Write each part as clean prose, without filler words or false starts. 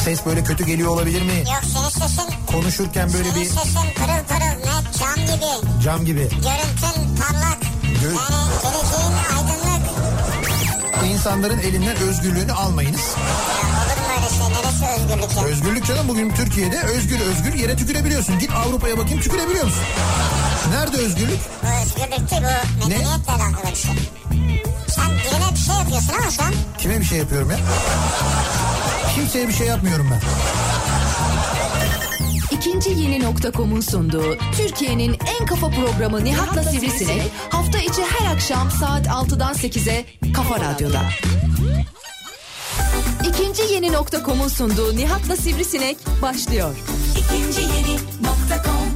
Ses böyle kötü geliyor olabilir mi? Yok, senin sesin... Konuşurken böyle senin sesin pırıl pırıl, net, cam gibi. Cam gibi. Görüntün parlak. Yani geleceğin aydınlık. İnsanların elinden özgürlüğünü almayınız. Ya olur mu öyle şey? Neresi özgürlük ya? Özgürlük canım, bugün Türkiye'de özgür yere tükürebiliyorsun. Git Avrupa'ya bakayım, tükürebiliyor musun? Nerede özgürlük? Bu özgürlük değil, bu medeniyetle alakalı bir şey. Sen birine bir şey yapıyorsun ama şu an. Kime bir şey yapıyorum ya? Kimseye bir şey yapmıyorum ben. İkinciyeni.com'un sunduğu Türkiye'nin en kafa programı Nihat'la Sivrisinek hafta içi her akşam saat 6'dan 8'e Kafa Radyo'da. İkinciyeni.com'un sunduğu Nihat'la Sivrisinek başlıyor. İkinciyeni.com.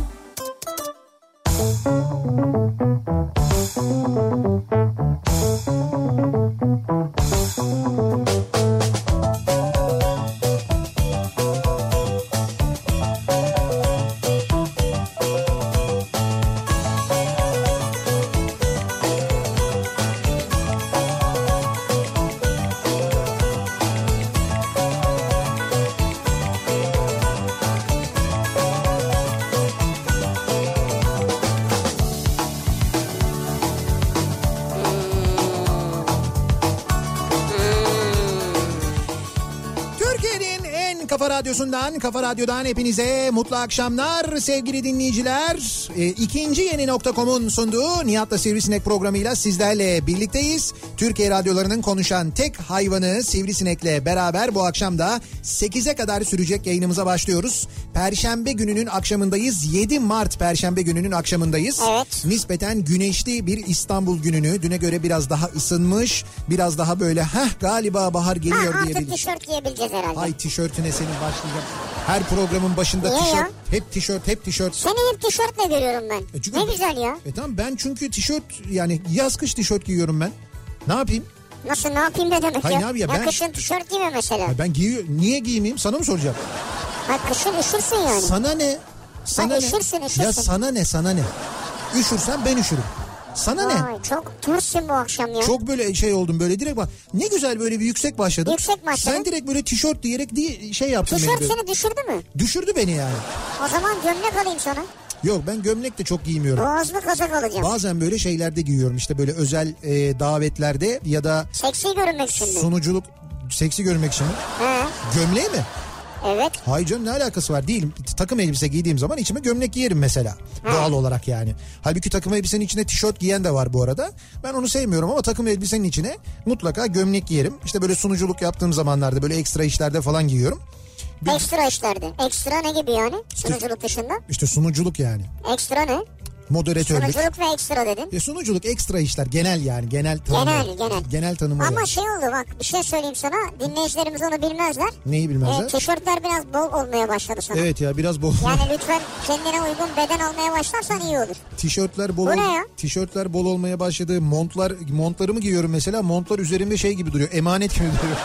Kafa Radyo'dan hepinize mutlu akşamlar sevgili dinleyiciler. İkinciyeni.com'un sunduğu Nihat'la Sivrisinek programıyla sizlerle birlikteyiz. Türkiye radyolarının konuşan tek hayvanı Sivrisinek'le beraber bu akşam da 8'e kadar sürecek yayınımıza başlıyoruz. Perşembe gününün akşamındayız. 7 Mart Perşembe gününün akşamındayız. Evet. Nispeten güneşli bir İstanbul gününü. Düne göre biraz daha ısınmış. Biraz daha böyle galiba bahar geliyor diyebiliriz. Artık tişört giyebileceğiz herhalde. Ay tişörtüne senin başlayacak. Her programın başında niye tişört. Ya? Hep tişört. Seni hep tişörtle görüyorum ben. Çünkü, ne güzel ya. Tamam, ben çünkü tişört, yani yaz kış tişört giyiyorum ben. Ne yapayım? Nasıl, ne yapayım ne demek? Hayır, ya? Ne yapayım? Ya kışın tişört giyme mesela. Ben niye giymeyeyim? Sana mı soracağım? Hayır, kışın üşürsün yani. Sana ne? Sana ne? Üşürsün. Ya sana ne? Üşürsen ben üşürüm. Sana ne? Çok Türksün bu akşam ya. Çok böyle şey oldum, böyle direkt bak. Ne güzel böyle bir yüksek başladın. Yüksek başladın. Sen direkt böyle tişört diyerek şey yaptın. Tişört seni düşürdü mü? Düşürdü beni yani. O zaman gömlek alayım sana. Yok, ben gömlek de çok giymiyorum. Boğazlı kazak alacağım. Bazen böyle şeylerde giyiyorum, işte böyle özel davetlerde ya da... Seksi görünmek için mi? Sunuculuk, seksi görünmek için mi? He. Gömleği mi? Evet. Hayır canım, ne alakası var? Değil. Takım elbise giydiğim zaman içime gömlek giyerim mesela. Doğal olarak yani. Halbuki takım elbisenin içine tişört giyen de var bu arada. Ben onu sevmiyorum ama takım elbisenin içine mutlaka gömlek giyerim. İşte böyle sunuculuk yaptığım zamanlarda böyle ekstra işlerde falan giyiyorum. Ekstra işlerde. Ekstra ne gibi yani? Sunuculuk dışında. İşte sunuculuk yani. Ekstra ne? Moderatörlük. Sunuculuk ve ekstra dedin. Sunuculuk, ekstra işler, genel yani, genel tanımı. Genel tanımı. Ama var. şey oldu bak, bir şey söyleyeyim sana, dinleyicilerimiz onu bilmezler. Neyi bilmezler? Tişörtler biraz bol olmaya başladı sana. Evet ya, biraz bol. Yani lütfen kendine uygun beden almaya başlarsan iyi olur. Tişörtler bol. Bu ne ya? Tişörtler bol olmaya başladı. Montlarımı giyiyorum mesela. Montlar üzerimde şey gibi duruyor. Emanet gibi duruyor.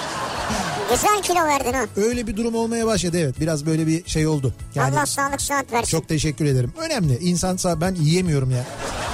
Güzel kilo verdin ha. Öyle bir durum olmaya başladı, evet. Biraz böyle bir şey oldu. Yani, Allah sağlık sıhhat versin. Çok teşekkür ederim. Önemli. İnsansa ben yiyemiyorum ya.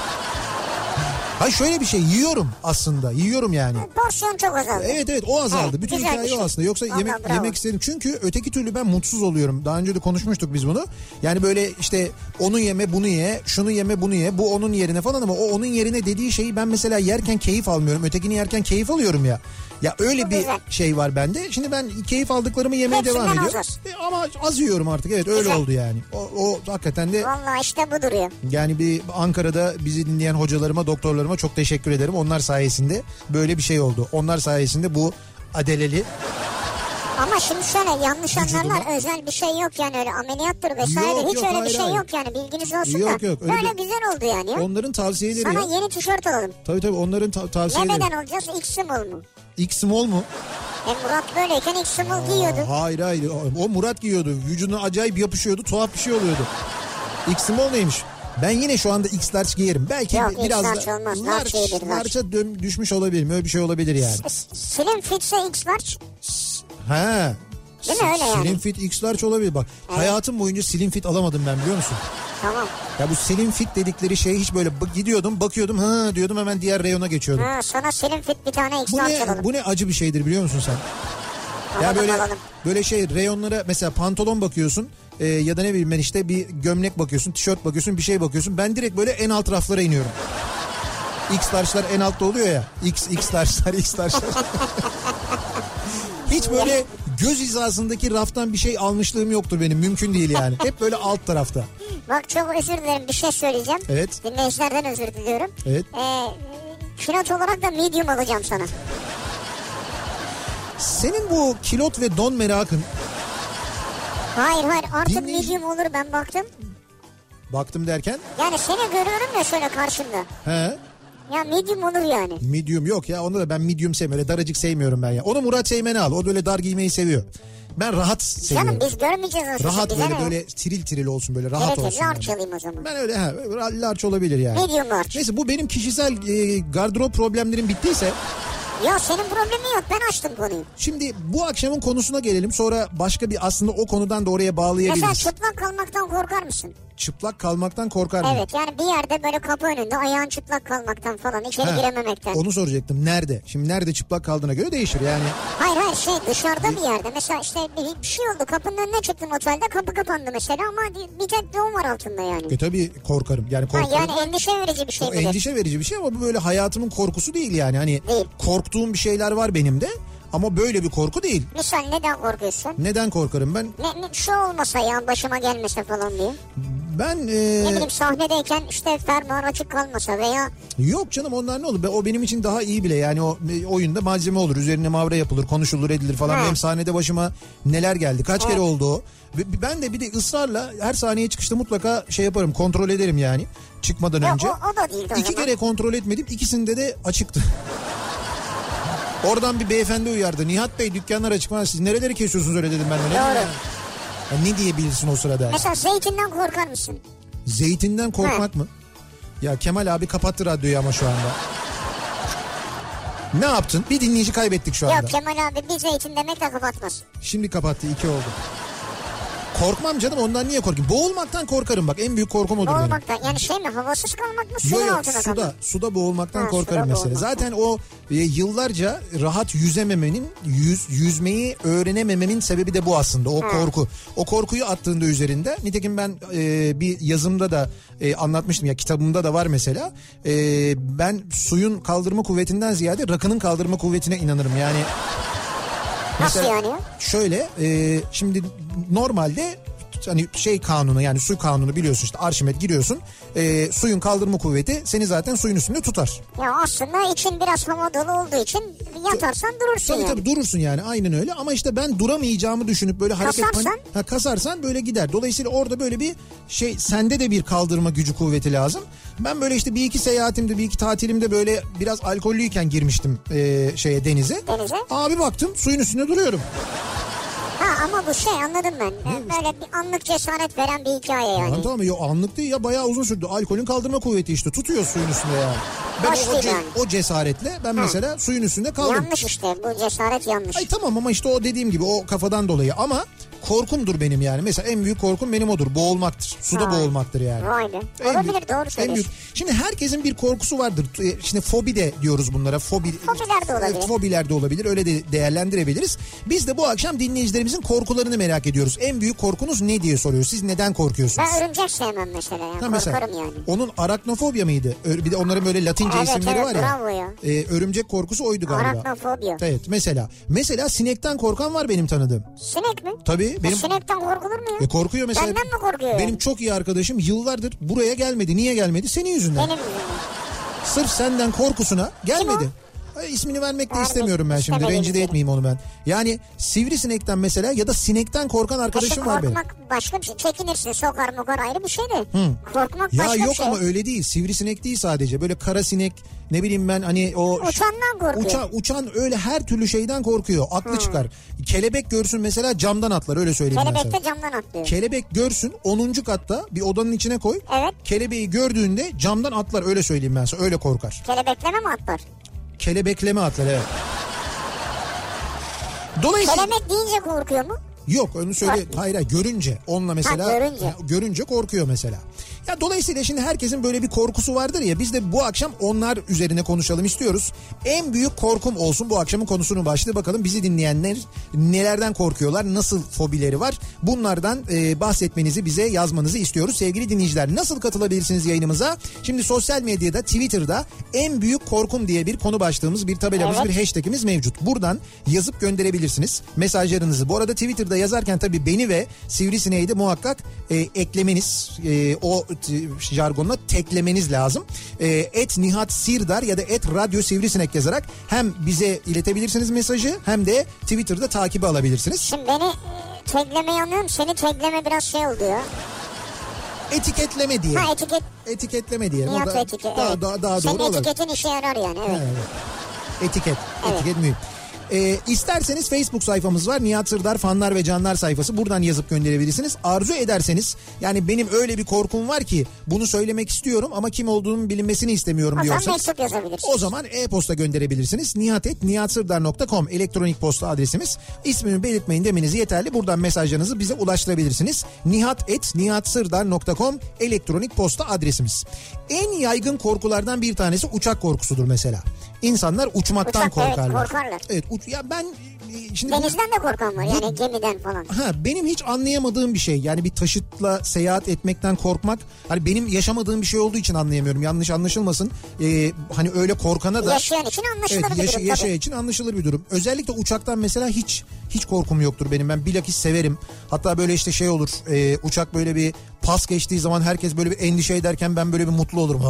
Hayır, şöyle bir şey, yiyorum aslında. Yiyorum yani. Porsiyon çok azaldı. Evet o azaldı. Evet, bütün hikaye o aslında. Yoksa yemek istedim. Çünkü öteki türlü ben mutsuz oluyorum. Daha önce de konuşmuştuk biz bunu. Yani böyle işte onu yeme bunu ye, şunu yeme bunu ye, bu onun yerine falan, ama o onun yerine dediği şeyi ben mesela yerken keyif almıyorum. Ötekini yerken keyif alıyorum ya. Ya öyle çok bir güzel şey var bende. Şimdi ben keyif aldıklarımı yemeye devam ediyorum. Ama az yiyorum artık. Evet, öyle oldu yani. O hakikaten de. Vallahi işte bu duruyor. Yani bir Ankara'da bizi dinleyen hocalarıma, doktorlarıma çok teşekkür ederim. Onlar sayesinde böyle bir şey oldu. Onlar sayesinde bu adeleli. Ama şimdi şöyle, yanlış anlarlar, özel bir şey yok yani, öyle ameliyattır vesaire, hiç öyle bir şey yok yani, bilginiz olsun da. Yok. Böyle güzel oldu yani ya. Onların tavsiyeleri sana ya. yeni tişört alalım. Tabii onların tavsiyeleri. Ne beden alacağız? X-Small mu? X-Small mu? Murat böyleyken X-Small giyiyordu. Hayır. O Murat giyiyordu. Vücuduna acayip yapışıyordu. Tuhaf bir şey oluyordu. X-Small neymiş? Ben yine şu anda X-Large giyerim. Belki yok, biraz da large'a düşmüş olabilirim. Öyle bir şey olabilir yani. Slim Fit'se X-Large. He. Değil mi öyle yani? Slim Fit X-Large olabilir. Bak, evet. Hayatım boyunca Slim Fit alamadım ben, biliyor musun? Tamam. Ya bu Slim Fit dedikleri şey, hiç böyle gidiyordum, bakıyordum, diyordum, hemen diğer reyona geçiyordum. Sana Slim Fit bir tane X-Large alalım. Bu ne acı bir şeydir, biliyor musun sen? Ya böyle şey reyonlara mesela pantolon bakıyorsun ya da ne bileyim ben işte bir gömlek bakıyorsun, tişört bakıyorsun, bir şey bakıyorsun. Ben direkt böyle en alt raflara iniyorum. X-large'lar en altta oluyor ya. X-large'lar. Hiç böyle göz hizasındaki raftan bir şey almışlığım yoktur benim. Mümkün değil yani. Hep böyle alt tarafta. Bak çok özür dilerim, bir şey söyleyeceğim. Evet. Dinleyicilerden özür diliyorum. Evet. Kilot olarak da medium alacağım sana. Senin bu kilot ve don merakın. Hayır artık medium olur, ben baktım. Baktım derken? Yani seni görüyorum ya şöyle karşımda. He. Ya medium olur yani. Medium yok ya, onu da ben medium sevmiyorum. Öyle daracık sevmiyorum ben ya. Onu Murat Seymen'e al. O böyle dar giymeyi seviyor. Ben rahat seviyorum. Canım biz görmeyeceğiz o rahat böyle tiril tiril olsun, böyle rahat evet, olsun. Large alayım o zaman. Ben öyle large olabilir yani. Medium large. Neyse, bu benim kişisel gardırop problemlerim bittiyse. Ya senin problemin yok, ben açtım konuyu. Şimdi bu akşamın konusuna gelelim, sonra başka bir aslında o konudan da oraya bağlayabiliriz. Mesela çıplak kalmaktan korkar mısın? Çıplak kalmaktan korkar mıyım? Evet, yani bir yerde böyle kapı önünde ayağın çıplak kalmaktan falan, içeri girememekten. Onu soracaktım, nerede? Şimdi nerede çıplak kaldığına göre değişir yani. Hayır dışarıda bir yerde. Mesela işte bir şey oldu, kapının önüne çıktın otelde, kapı kapandı mesela ama bir tek doğum var altında yani. Tabii korkarım. Yani korkarım. Yani endişe verici bir şey. O endişe verici bir şey ama bu böyle hayatımın korkusu değil yani. Hani değil. Korktuğum bir şeyler var benim de. Ama böyle bir korku değil. Misal neden korkuyorsun? Neden korkarım ben? Şu olmasa ya, başıma gelmese falan diye. Ben ne bileyim, sahnedeyken işte fermuar açık kalmasa veya... Yok canım, onlar ne olur? O benim için daha iyi bile. Yani o oyunda malzeme olur. Üzerine mavra yapılır, konuşulur, edilir falan. Benim sahnede başıma neler geldi. Kaç kere oldu o. Ben de bir de ısrarla her sahneye çıkışta mutlaka şey yaparım. Kontrol ederim yani. Çıkmadan önce. O da değil. 2 kere kontrol etmedim. İkisinde de açıktı. Oradan bir beyefendi uyardı. Nihat Bey, dükkanlar açık var. Siz nereleri kesiyorsunuz öyle dedim ben de. Doğru. Ya ne diyebilirsin o sırada? Mesela zeytinden korkar mısın? Zeytinden korkmak mı? Ya Kemal abi kapattı radyoyu ama şu anda. Ne yaptın? Bir dinleyici kaybettik şu anda. Yok, Kemal abi bir zeytin demekle kapatmaz. Şimdi kapattı, 2 oldu. Korkmam canım, ondan niye korkayım? Boğulmaktan korkarım bak, en büyük korkum odur benim. Boğulmaktan yani şey mi, havasız kalmak mı, suyun altına kalmak? Suda boğulmaktan korkarım mesela. Zaten o yıllarca rahat yüzememenin, yüzmeyi öğrenemememin sebebi de bu aslında, o korku. O korkuyu attığında üzerinde, nitekim ben bir yazımda da anlatmıştım ya, kitabımda da var mesela. Ben suyun kaldırma kuvvetinden ziyade rakının kaldırma kuvvetine inanırım yani. Nasıl yani? Şöyle şimdi normalde hani şey kanunu, yani su kanunu biliyorsun, işte Arşimet giriyorsun, suyun kaldırma kuvveti seni zaten suyun üstünde tutar. Ya aslında için biraz hava dolu olduğu için yatarsan durursun tabii, yani. Tabii durursun yani, aynen öyle, ama işte ben duramayacağımı düşünüp böyle kasarsan böyle gider. Dolayısıyla orada böyle bir şey, sende de bir kaldırma gücü, kuvveti lazım. Ben böyle işte bir iki seyahatimde, bir iki tatilimde böyle biraz alkollüyken girmiştim denize. Abi baktım suyun üstünde duruyorum. Ama bu şey, anladım ben. Böyle bir anlık cesaret veren bir hikaye yani. Tamam ya, anlık değil ya, bayağı uzun sürdü. Alkolün kaldırma kuvveti işte, tutuyor suyun üstünde yani. Ben o cesaretle ben mesela suyun üstünde kaldım. Yanlış işte, bu cesaret yanlış. Ay tamam, ama işte o dediğim gibi o kafadan dolayı, ama korkumdur benim yani. Mesela en büyük korkum benim odur. Boğulmaktır. Suda boğulmaktır yani. Vay be. Olabilir, doğru söylüyorsun. Şimdi herkesin bir korkusu vardır. Şimdi fobi de diyoruz bunlara. Fobiler de olabilir. Fobiler de olabilir. Öyle de değerlendirebiliriz. Biz de bu akşam dinleyicilerimizin korkularını merak ediyoruz. En büyük korkunuz ne diye soruyoruz. Siz neden korkuyorsunuz? Ben örümcek sevmem mesela. Yani. Korkarım yani. Onun araknofobya mıydı? Bir de onların böyle Latince isimleri var ya. Bravo ya. Örümcek korkusu oydu galiba. Araknofobya. Evet mesela. Mesela sinekten korkan var benim tanıdığım. Sinek mi? Tabii. Sinekten korkulur mu ya? Korkuyor mesela. Benden mi korkuyor? Benim çok iyi arkadaşım yıllardır buraya gelmedi. Niye gelmedi? Senin yüzünden. Benim yüzümden. Sırf senden korkusuna gelmedi. İsmini vermek de istemiyorum ben şimdi. Rencide etmeyeyim onu ben. Yani sivrisinekten mesela, ya da sinekten korkan arkadaşım var benim. Korkmak başka bir şey. Çekinirsin, sokar ayrı bir şey de. Korkmak başka bir şey. Ya yok, ama öyle değil. Sivrisinek değil sadece. Böyle kara sinek, ne bileyim ben, hani o... Uçandan korkuyor. Uçan öyle her türlü şeyden korkuyor. Aklı çıkar. Kelebek görsün mesela, camdan atlar, öyle söyleyeyim ben sana. Kelebek de camdan atlıyor. Kelebek görsün 10. katta bir odanın içine koy. Evet. Kelebeği gördüğünde camdan atlar, öyle söyleyeyim ben sana. Öyle korkar. Kelebekleme mi atlar? Kelebekleme atlar, evet. Dolayısıyla... Kelebek deyince korkuyor mu? Yok, onu söyle. Hayır, görünce. Onunla mesela görünce korkuyor mesela. Ya dolayısıyla şimdi herkesin böyle bir korkusu vardır ya, biz de bu akşam onlar üzerine konuşalım istiyoruz. En büyük korkum olsun bu akşamın konusunun başlığı. Bakalım bizi dinleyenler nelerden korkuyorlar, nasıl fobileri var, bunlardan bahsetmenizi, bize yazmanızı istiyoruz sevgili dinleyiciler. Nasıl katılabilirsiniz yayınımıza? Şimdi sosyal medyada, Twitter'da en büyük korkum diye bir konu başlığımız, bir tabelamız, bir hashtagimiz mevcut. Buradan yazıp gönderebilirsiniz mesajlarınızı. Bu arada Twitter'da yazarken tabii beni ve Sivrisineği de muhakkak eklemeniz, o jargonla teklemeniz lazım. @Nihat Sirdar ya da @Radyo Sivrisinek yazarak hem bize iletebilirsiniz mesajı, hem de Twitter'da takibi alabilirsiniz. Şimdi beni teklemeyi anlıyorum, seni tekleme biraz şey oldu ya. Etiketleme diye. Ha, etiketleme diyelim. Nihat etiket. Daha doğru senin olur. etiketin işe yarar yani. Evet. Etiket. Evet. Etiket mühim. İsterseniz Facebook sayfamız var. Nihat Sırdar fanlar ve canlar sayfası. Buradan yazıp gönderebilirsiniz. Arzu ederseniz, yani benim öyle bir korkum var ki bunu söylemek istiyorum ama kim olduğunun bilinmesini istemiyorum diyorsanız, o zaman e-posta gönderebilirsiniz. nihat@nihatsırdar.com elektronik posta adresimiz. İsmimi belirtmeyin demeniz yeterli. Buradan mesajlarınızı bize ulaştırabilirsiniz. nihat@nihatsırdar.com elektronik posta adresimiz. En yaygın korkulardan bir tanesi uçak korkusudur mesela. İnsanlar uçmaktan korkarlar. Evet, korkarlar. Evet, ya ben şimdi denizden de korkan var yani, gemiden falan. Benim hiç anlayamadığım bir şey. Yani bir taşıtla seyahat etmekten korkmak. Hani benim yaşamadığım bir şey olduğu için anlayamıyorum. Yanlış anlaşılmasın. Hani öyle korkana da yaşayan için anlaşılır bir durum. Yaşayan için anlaşılır bir durum. Özellikle uçaktan mesela hiç korkum yoktur benim. Ben bilakis severim. Hatta böyle işte şey olur. Uçak böyle bir pas geçtiği zaman herkes böyle bir endişe ederken ben böyle bir mutlu olurum.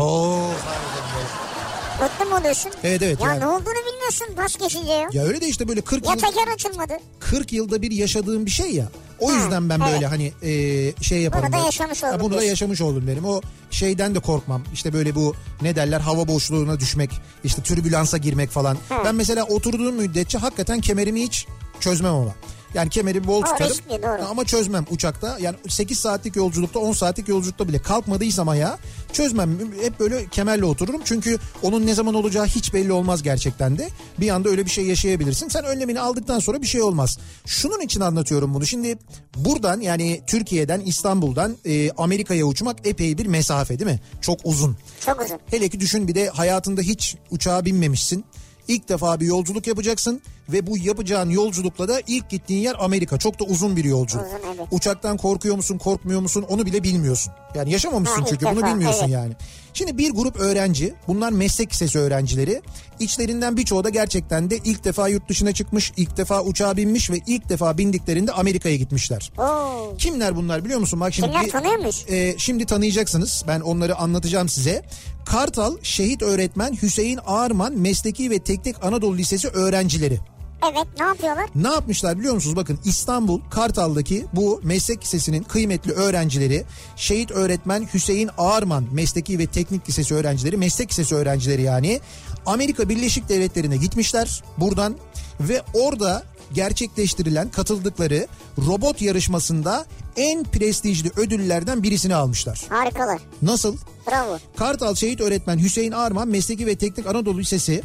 Mutlu mu oluyorsun? Evet. Ya yani. ne olduğunu bilmiyorsun pas geçince ya. Ya öyle de işte böyle 40 ya teker açılmadı. 40 yılda bir yaşadığım bir şey ya. O yüzden ben böyle hani şey yaparım. Bunu da yaşamış oldum. Bunu da yaşamış oldum derim. O şeyden de korkmam. İşte böyle bu ne derler, hava boşluğuna düşmek, işte türbülansa girmek falan. Ben mesela oturduğum müddetçe hakikaten kemerimi hiç çözmem ama. Yani kemeri bol tutarım ama çözmem uçakta. Yani 8 saatlik yolculukta, 10 saatlik yolculukta bile kalkmadıysam ya çözmem. Hep böyle kemerle otururum. Çünkü onun ne zaman olacağı hiç belli olmaz gerçekten de. Bir anda öyle bir şey yaşayabilirsin. Sen önlemini aldıktan sonra bir şey olmaz. Şunun için anlatıyorum bunu. Şimdi buradan, yani Türkiye'den, İstanbul'dan Amerika'ya uçmak epey bir mesafe değil mi? Çok uzun. Çok uzun. Hele ki düşün, bir de hayatında hiç uçağa binmemişsin. İlk defa bir yolculuk yapacaksın ve bu yapacağın yolculukla da ilk gittiğin yer Amerika. Çok da uzun bir yolculuk. Evet. Uçaktan korkuyor musun, korkmuyor musun onu bile bilmiyorsun. Yani yaşamamışsın çünkü bunu bilmiyorsun yani. Şimdi bir grup öğrenci, bunlar meslek lisesi öğrencileri. İçlerinden birçoğu da gerçekten de ilk defa yurt dışına çıkmış, ilk defa uçağa binmiş ve ilk defa bindiklerinde Amerika'ya gitmişler. Kimler bunlar biliyor musun? Bak şimdi kimler, tanıyor muyuz? Şimdi tanıyacaksınız. Ben onları anlatacağım size. Kartal Şehit Öğretmen Hüseyin Ağarman Mesleki ve Teknik Anadolu Lisesi öğrencileri. Evet, ne yapıyorlar? Ne yapmışlar biliyor musunuz? Bakın, İstanbul Kartal'daki bu meslek lisesinin kıymetli öğrencileri, Şehit Öğretmen Hüseyin Ağarman Mesleki ve Teknik Lisesi öğrencileri, meslek lisesi öğrencileri yani, Amerika Birleşik Devletleri'ne gitmişler buradan ve orada gerçekleştirilen, katıldıkları robot yarışmasında en prestijli ödüllerden birisini almışlar. Harikalar. Nasıl? Bravo. Kartal Şehit Öğretmen Hüseyin Ağarman Mesleki ve Teknik Anadolu Lisesi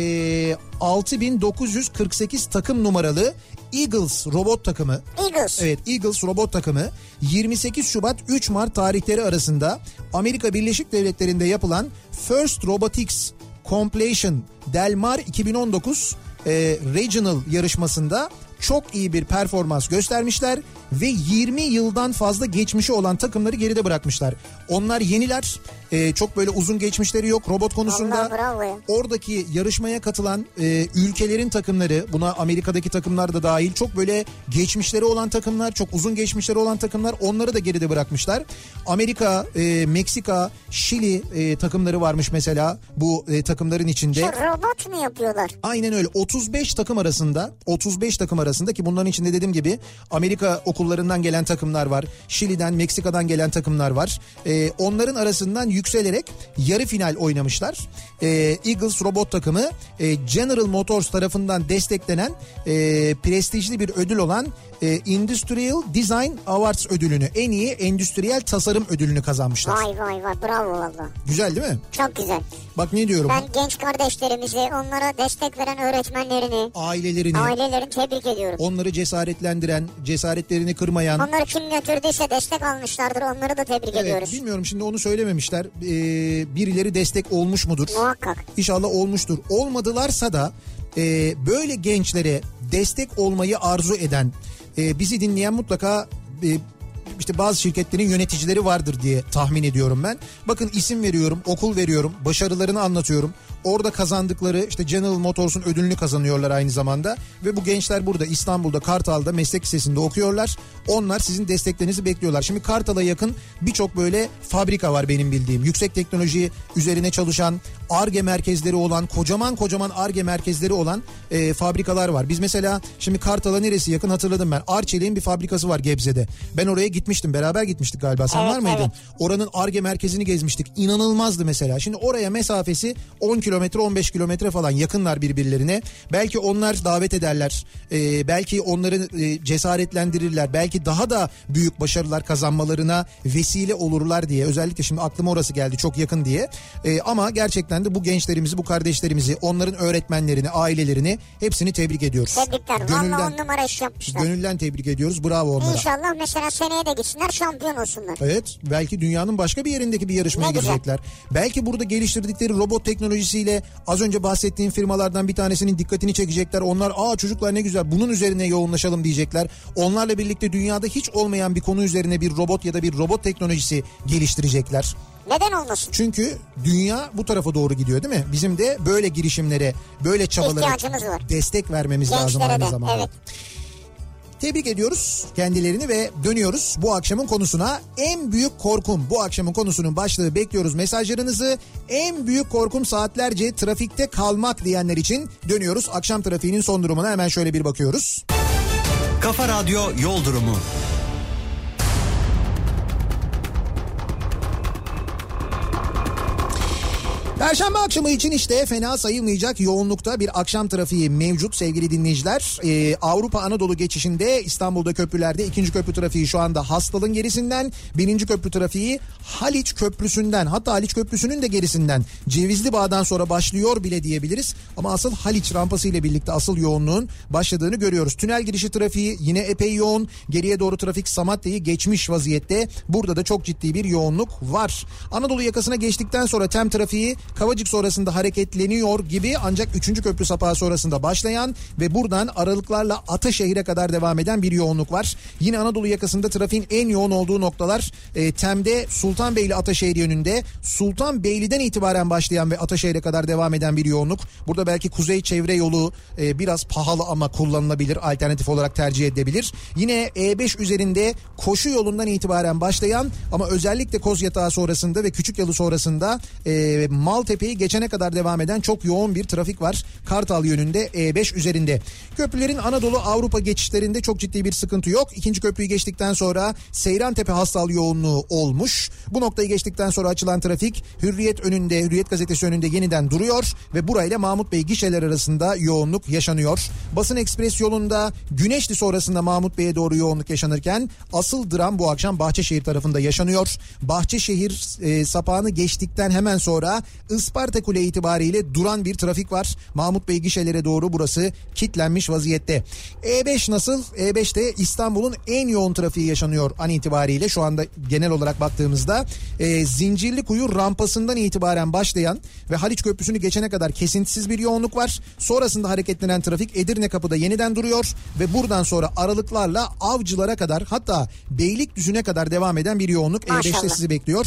6948 takım numaralı Eagles robot takımı. Evet, Eagles robot takımı 28 Şubat 3 Mart tarihleri arasında Amerika Birleşik Devletleri'nde yapılan First Robotics Completion Del Mar 2019 Regional yarışmasında çok iyi bir performans göstermişler ve 20 yıldan fazla geçmişi olan takımları geride bırakmışlar. Onlar yeniler. Çok böyle uzun geçmişleri yok robot konusunda. Oradaki yarışmaya katılan ülkelerin takımları, buna Amerika'daki takımlar da dahil, çok böyle geçmişleri olan takımlar, çok uzun geçmişleri olan takımlar, onları da geride bırakmışlar. Amerika, Meksika, Şili takımları varmış mesela bu takımların içinde. Robot mu yapıyorlar? Aynen öyle. 35 takım arasında ki bunların içinde dediğim gibi Amerika okullarından gelen takımlar var. Şili'den, Meksika'dan gelen takımlar var. Onların arasından yükselerek yarı final oynamışlar. Eagles robot takımı General Motors tarafından desteklenen prestijli bir ödül olan Industrial Design Awards ödülünü, en iyi endüstriyel tasarım ödülünü kazanmışlar. Vay bravo valla. Güzel değil mi? Çok güzel. Bak ne diyorum. Ben genç kardeşlerimizi, onlara destek veren öğretmenlerini, ailelerini tebrik ediyorum. Onları cesaretlendiren, cesaretlerini kırmayan. Onları kim götürdüyse destek almışlardır, onları da tebrik ediyoruz. Bilmiyorum, şimdi onu söylememişler. Birileri destek olmuş mudur? Muhakkak. İnşallah olmuştur. Olmadılarsa da böyle gençlere destek olmayı arzu eden, bizi dinleyen mutlaka işte bazı şirketlerin yöneticileri vardır diye tahmin ediyorum ben. Bakın, isim veriyorum, okul veriyorum, başarılarını anlatıyorum. Orada kazandıkları, işte General Motors'un ödülünü kazanıyorlar aynı zamanda. Ve bu gençler burada İstanbul'da, Kartal'da meslek lisesinde okuyorlar. Onlar sizin desteklerinizi bekliyorlar. Şimdi Kartal'a yakın birçok böyle fabrika var benim bildiğim. Yüksek teknoloji üzerine çalışan, Ar-Ge merkezleri olan, kocaman Ar-Ge merkezleri olan fabrikalar var. Biz mesela şimdi Kartal'a neresi yakın hatırladım ben. Arçelik'in bir fabrikası var Gebze'de. Ben oraya gitmiştim, beraber gitmiştik galiba. Sen var mıydın? Evet. Oranın Ar-Ge merkezini gezmiştik. İnanılmazdı mesela. Şimdi oraya mesafesi 10 kilometre 15 kilometre falan, yakınlar birbirlerine. Belki onlar davet ederler. Belki onları cesaretlendirirler. Belki daha da büyük başarılar kazanmalarına vesile olurlar diye. Özellikle şimdi aklıma orası geldi, çok yakın diye. Ama gerçekten de bu gençlerimizi, bu kardeşlerimizi, onların öğretmenlerini, ailelerini hepsini tebrik ediyoruz. Tebrikler. Valla 10 numara iş yapmışlar. Gönülden tebrik ediyoruz. Bravo onlara. İnşallah mesela seneye de gitsinler, şampiyon olsunlar. Evet. Belki dünyanın başka bir yerindeki bir yarışmaya girecekler. Belki burada geliştirdikleri robot teknolojisiyle az önce bahsettiğim firmalardan bir tanesinin dikkatini çekecekler. Onlar çocuklar ne güzel, bunun üzerine yoğunlaşalım diyecekler. Onlarla birlikte dünyada hiç olmayan bir konu üzerine bir robot ya da bir robot teknolojisi geliştirecekler. Neden olmasın? Çünkü dünya bu tarafa doğru gidiyor değil mi? Bizim de böyle girişimlere, böyle çabalara destek vermemiz lazım aynı zamanda. Evet. Tebrik ediyoruz kendilerini ve dönüyoruz bu akşamın konusuna. En büyük korkum, bu akşamın konusunun başlığı, bekliyoruz mesajlarınızı. En büyük korkum saatlerce trafikte kalmak diyenler için dönüyoruz. Akşam trafiğinin son durumuna hemen şöyle bir bakıyoruz. Kafa Radyo Yol Durumu. Perşembe akşamı için işte fena sayılmayacak yoğunlukta bir akşam trafiği mevcut sevgili dinleyiciler. Avrupa Anadolu geçişinde İstanbul'da köprülerde 2. köprü trafiği şu anda Hastal'ın gerisinden, 1. köprü trafiği Haliç Köprüsü'nden, hatta Haliç Köprüsü'nün de gerisinden, Cevizlibağ'dan sonra başlıyor bile diyebiliriz. Ama asıl Haliç rampası ile birlikte asıl yoğunluğun başladığını görüyoruz. Tünel girişi trafiği yine epey yoğun. Geriye doğru trafik Samatya'yı geçmiş vaziyette. Burada da çok ciddi bir yoğunluk var. Anadolu yakasına geçtikten sonra TEM trafiği Kavacık sonrasında hareketleniyor gibi, ancak 3. köprü sapağı sonrasında başlayan ve buradan aralıklarla Ataşehir'e kadar devam eden bir yoğunluk var. Yine Anadolu yakasında trafiğin en yoğun olduğu noktalar TEM'de Sultanbeyli Ataşehir yönünde, Sultanbeyli'den itibaren başlayan ve Ataşehir'e kadar devam eden bir yoğunluk. Burada belki kuzey çevre yolu biraz pahalı ama kullanılabilir, alternatif olarak tercih edilebilir. Yine E5 üzerinde koşu yolundan itibaren başlayan ama özellikle Kozyatağı sonrasında ve Küçükyalı sonrasında Maltepe'yi geçene kadar devam eden çok yoğun bir trafik var Kartal yönünde E5 üzerinde. Köprülerin Anadolu Avrupa geçişlerinde çok ciddi bir sıkıntı yok. 2. köprüyü geçtikten sonra Seyrantepe Hastal yoğunluğu olmuş. Bu noktayı geçtikten sonra açılan trafik Hürriyet önünde, Hürriyet gazetesi önünde yeniden duruyor ve burayla Mahmut Bey gişeler arasında yoğunluk yaşanıyor. Basın Ekspres yolunda Güneşli sonrasında Mahmut Bey'e doğru yoğunluk yaşanırken asıl dram bu akşam Bahçeşehir tarafında yaşanıyor. Bahçeşehir sapağını geçtikten hemen sonra Isparta Kule itibariyle duran bir trafik var. Mahmut Bey gişelere doğru burası kilitlenmiş vaziyette. E5 nasıl? E5'te İstanbul'un en yoğun trafiği yaşanıyor an itibariyle. Şu anda genel olarak baktığımızda Zincirlikuyu rampasından itibaren başlayan ve Haliç Köprüsü'nü geçene kadar kesintisiz bir yoğunluk var. Sonrasında hareketlenen trafik Edirne Kapı'da yeniden duruyor ve buradan sonra aralıklarla Avcılar'a kadar, hatta Beylikdüzü'ne kadar devam eden bir yoğunluk E5'te sizi bekliyor.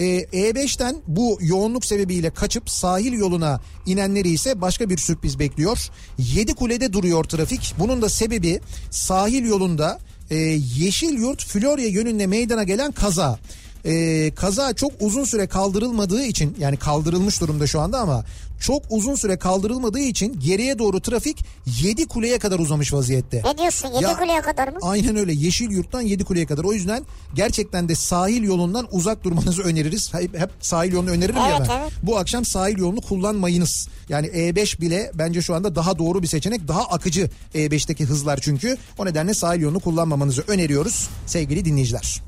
E5'ten bu yoğunluk sebebiyle kaçıp sahil yoluna inenleri ise başka bir sürpriz bekliyor. Yedikule'de duruyor trafik. Bunun da sebebi sahil yolunda Yeşilyurt Florya yönünde meydana gelen kaza. kaza çok uzun süre kaldırılmadığı için, yani kaldırılmış durumda şu anda ama çok uzun süre kaldırılmadığı için geriye doğru trafik Yedikuleye kadar uzamış vaziyette. Ne diyorsun, Yedikuleye kadar mı? Aynen öyle, Yeşilyurt'tan Yedikuleye kadar. O yüzden gerçekten de sahil yolundan uzak durmanızı öneririz. Hep sahil yolunu öneririm ya ben. Evet. Bu akşam sahil yolunu kullanmayınız. Yani E5 bile bence şu anda daha doğru bir seçenek. Daha akıcı E5'teki hızlar çünkü. O nedenle sahil yolunu kullanmamanızı öneriyoruz sevgili dinleyiciler.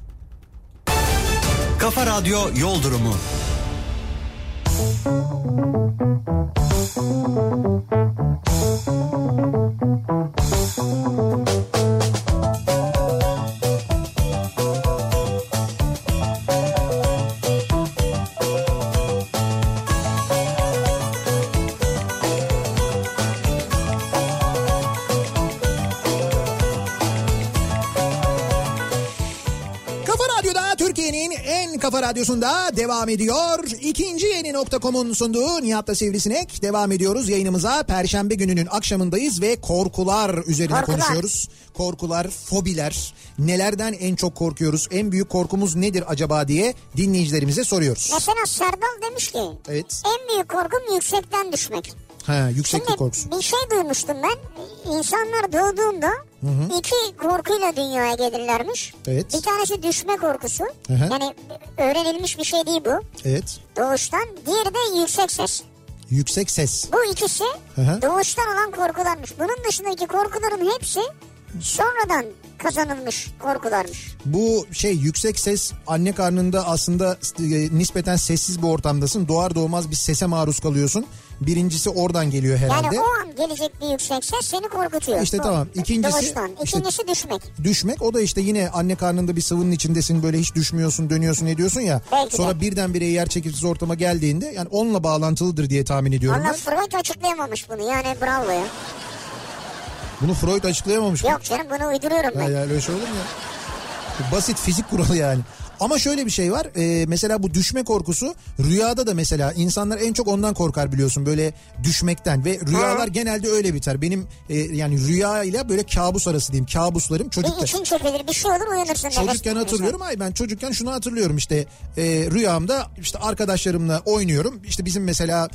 Kafa Radyo Yol Durumu. Kafa Radyosu'nda devam ediyor. İkinci Yeni.com'un sunduğu Nihat'la Sivrisinek. Devam ediyoruz yayınımıza. Perşembe gününün akşamındayız ve korkular üzerine konuşuyoruz. Korkular, fobiler, nelerden en çok korkuyoruz, en büyük korkumuz nedir acaba diye dinleyicilerimize soruyoruz. Mesela Serdal demiş ki, evet, en büyük korkum yüksekten düşmek. Yükseklik korkusu. Bir şey duymuştum ben. İnsanlar doğduğunda iki korkuyla dünyaya gelirlermiş. Evet. Bir tanesi düşme korkusu. Yani öğrenilmiş bir şey değil bu. Evet. Doğuştan. Diğeri de yüksek ses. Yüksek ses. Bu ikisi doğuştan olan korkularmış. Bunun dışındaki korkuların hepsi sonradan kazanılmış korkularmış. Bu yüksek ses, anne karnında aslında nispeten sessiz bir ortamdasın. Doğar doğmaz bir sese maruz kalıyorsun. Birincisi oradan geliyor herhalde. Yani o an gelecek bir yüksek ses seni korkutuyor. İşte tamam. İkincisi düşmek. Düşmek, o da işte yine anne karnında bir sıvının içindesin, böyle hiç düşmüyorsun, dönüyorsun, ediyorsun ya. Belki sonra birdenbire yer çekimsiz ortama geldiğinde, yani onunla bağlantılıdır diye tahmin ediyorum. Vallahi Freud açıklayamamış bunu, yani bravo ya. Bunu Freud açıklayamamış mı? Yok canım, bunu uyduruyorum ben. Yani öyle şey olur mu ya? Basit fizik kuralı yani. Ama şöyle bir şey var, mesela bu düşme korkusu rüyada da, mesela insanlar en çok ondan korkar biliyorsun, böyle düşmekten, ve rüyalar genelde öyle biter. Benim yani rüya ile böyle kabus arası diyeyim, kabuslarım çocukken. Bir için çekilir, bir şey olur, uyanırsın. Çocukken hatırlıyorum, ben çocukken şunu hatırlıyorum, işte rüyamda işte arkadaşlarımla oynuyorum, işte bizim mesela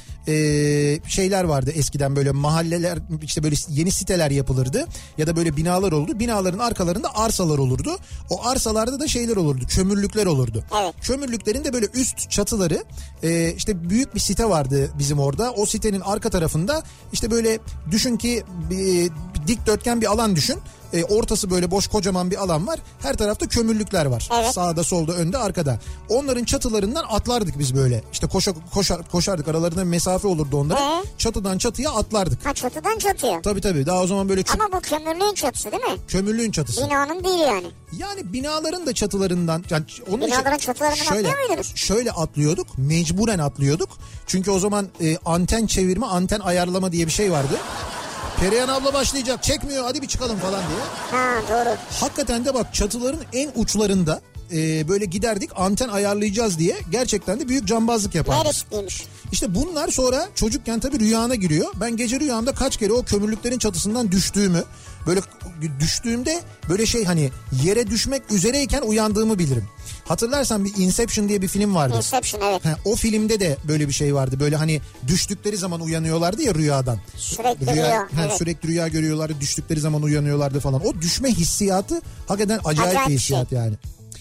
şeyler vardı eskiden, böyle mahalleler, işte böyle yeni siteler yapılırdı ya da böyle binalar oldu, binaların arkalarında arsalar olurdu, o arsalarda da şeyler olurdu, kömürlükler olurdu. Evet. Kömürlüklerin de böyle üst çatıları, işte büyük bir site vardı bizim orada. O sitenin arka tarafında işte böyle düşün ki bir dikdörtgen bir alan düşün. Ortası böyle boş kocaman bir alan var. Her tarafta kömürlükler var. Evet. Sağda, solda, önde, arkada. Onların çatılarından atlardık biz böyle. İşte koşardık. Aralarında bir mesafe olurdu onların. Çatıdan çatıya atlardık. Ha, çatıdan çatıya. Tabii. Daha o zaman böyle Ama bu kömürlüğün çatısı değil mi? Kömürlüğün çatısı. Binanın değil yani. Yani binaların da çatılarından. Yani onun binaların çatılarından atlıyor muydunuz? Şöyle atlıyorduk. Mecburen atlıyorduk. Çünkü o zaman anten çevirme, anten ayarlama diye bir şey vardı. Perihan abla başlayacak, çekmiyor, hadi bir çıkalım falan diye. Ha, doğru. Hakikaten de bak, çatıların en uçlarında böyle giderdik, anten ayarlayacağız diye, gerçekten de büyük cambazlık yapardık. Ne riskliymiş. İşte bunlar sonra çocukken tabii rüyana giriyor. Ben gece rüyamda kaç kere o kömürlüklerin çatısından düştüğümü, böyle düştüğümde böyle hani yere düşmek üzereyken uyandığımı bilirim. Hatırlarsan bir Inception diye bir film vardı. Inception, evet. O filmde de böyle bir şey vardı. Böyle hani düştükleri zaman uyanıyorlardı ya rüyadan. Sürekli rüya. Evet. Sürekli rüya görüyorlardı. Düştükleri zaman uyanıyorlardı falan. O düşme hissiyatı hakikaten acayip bir hissiyat yani.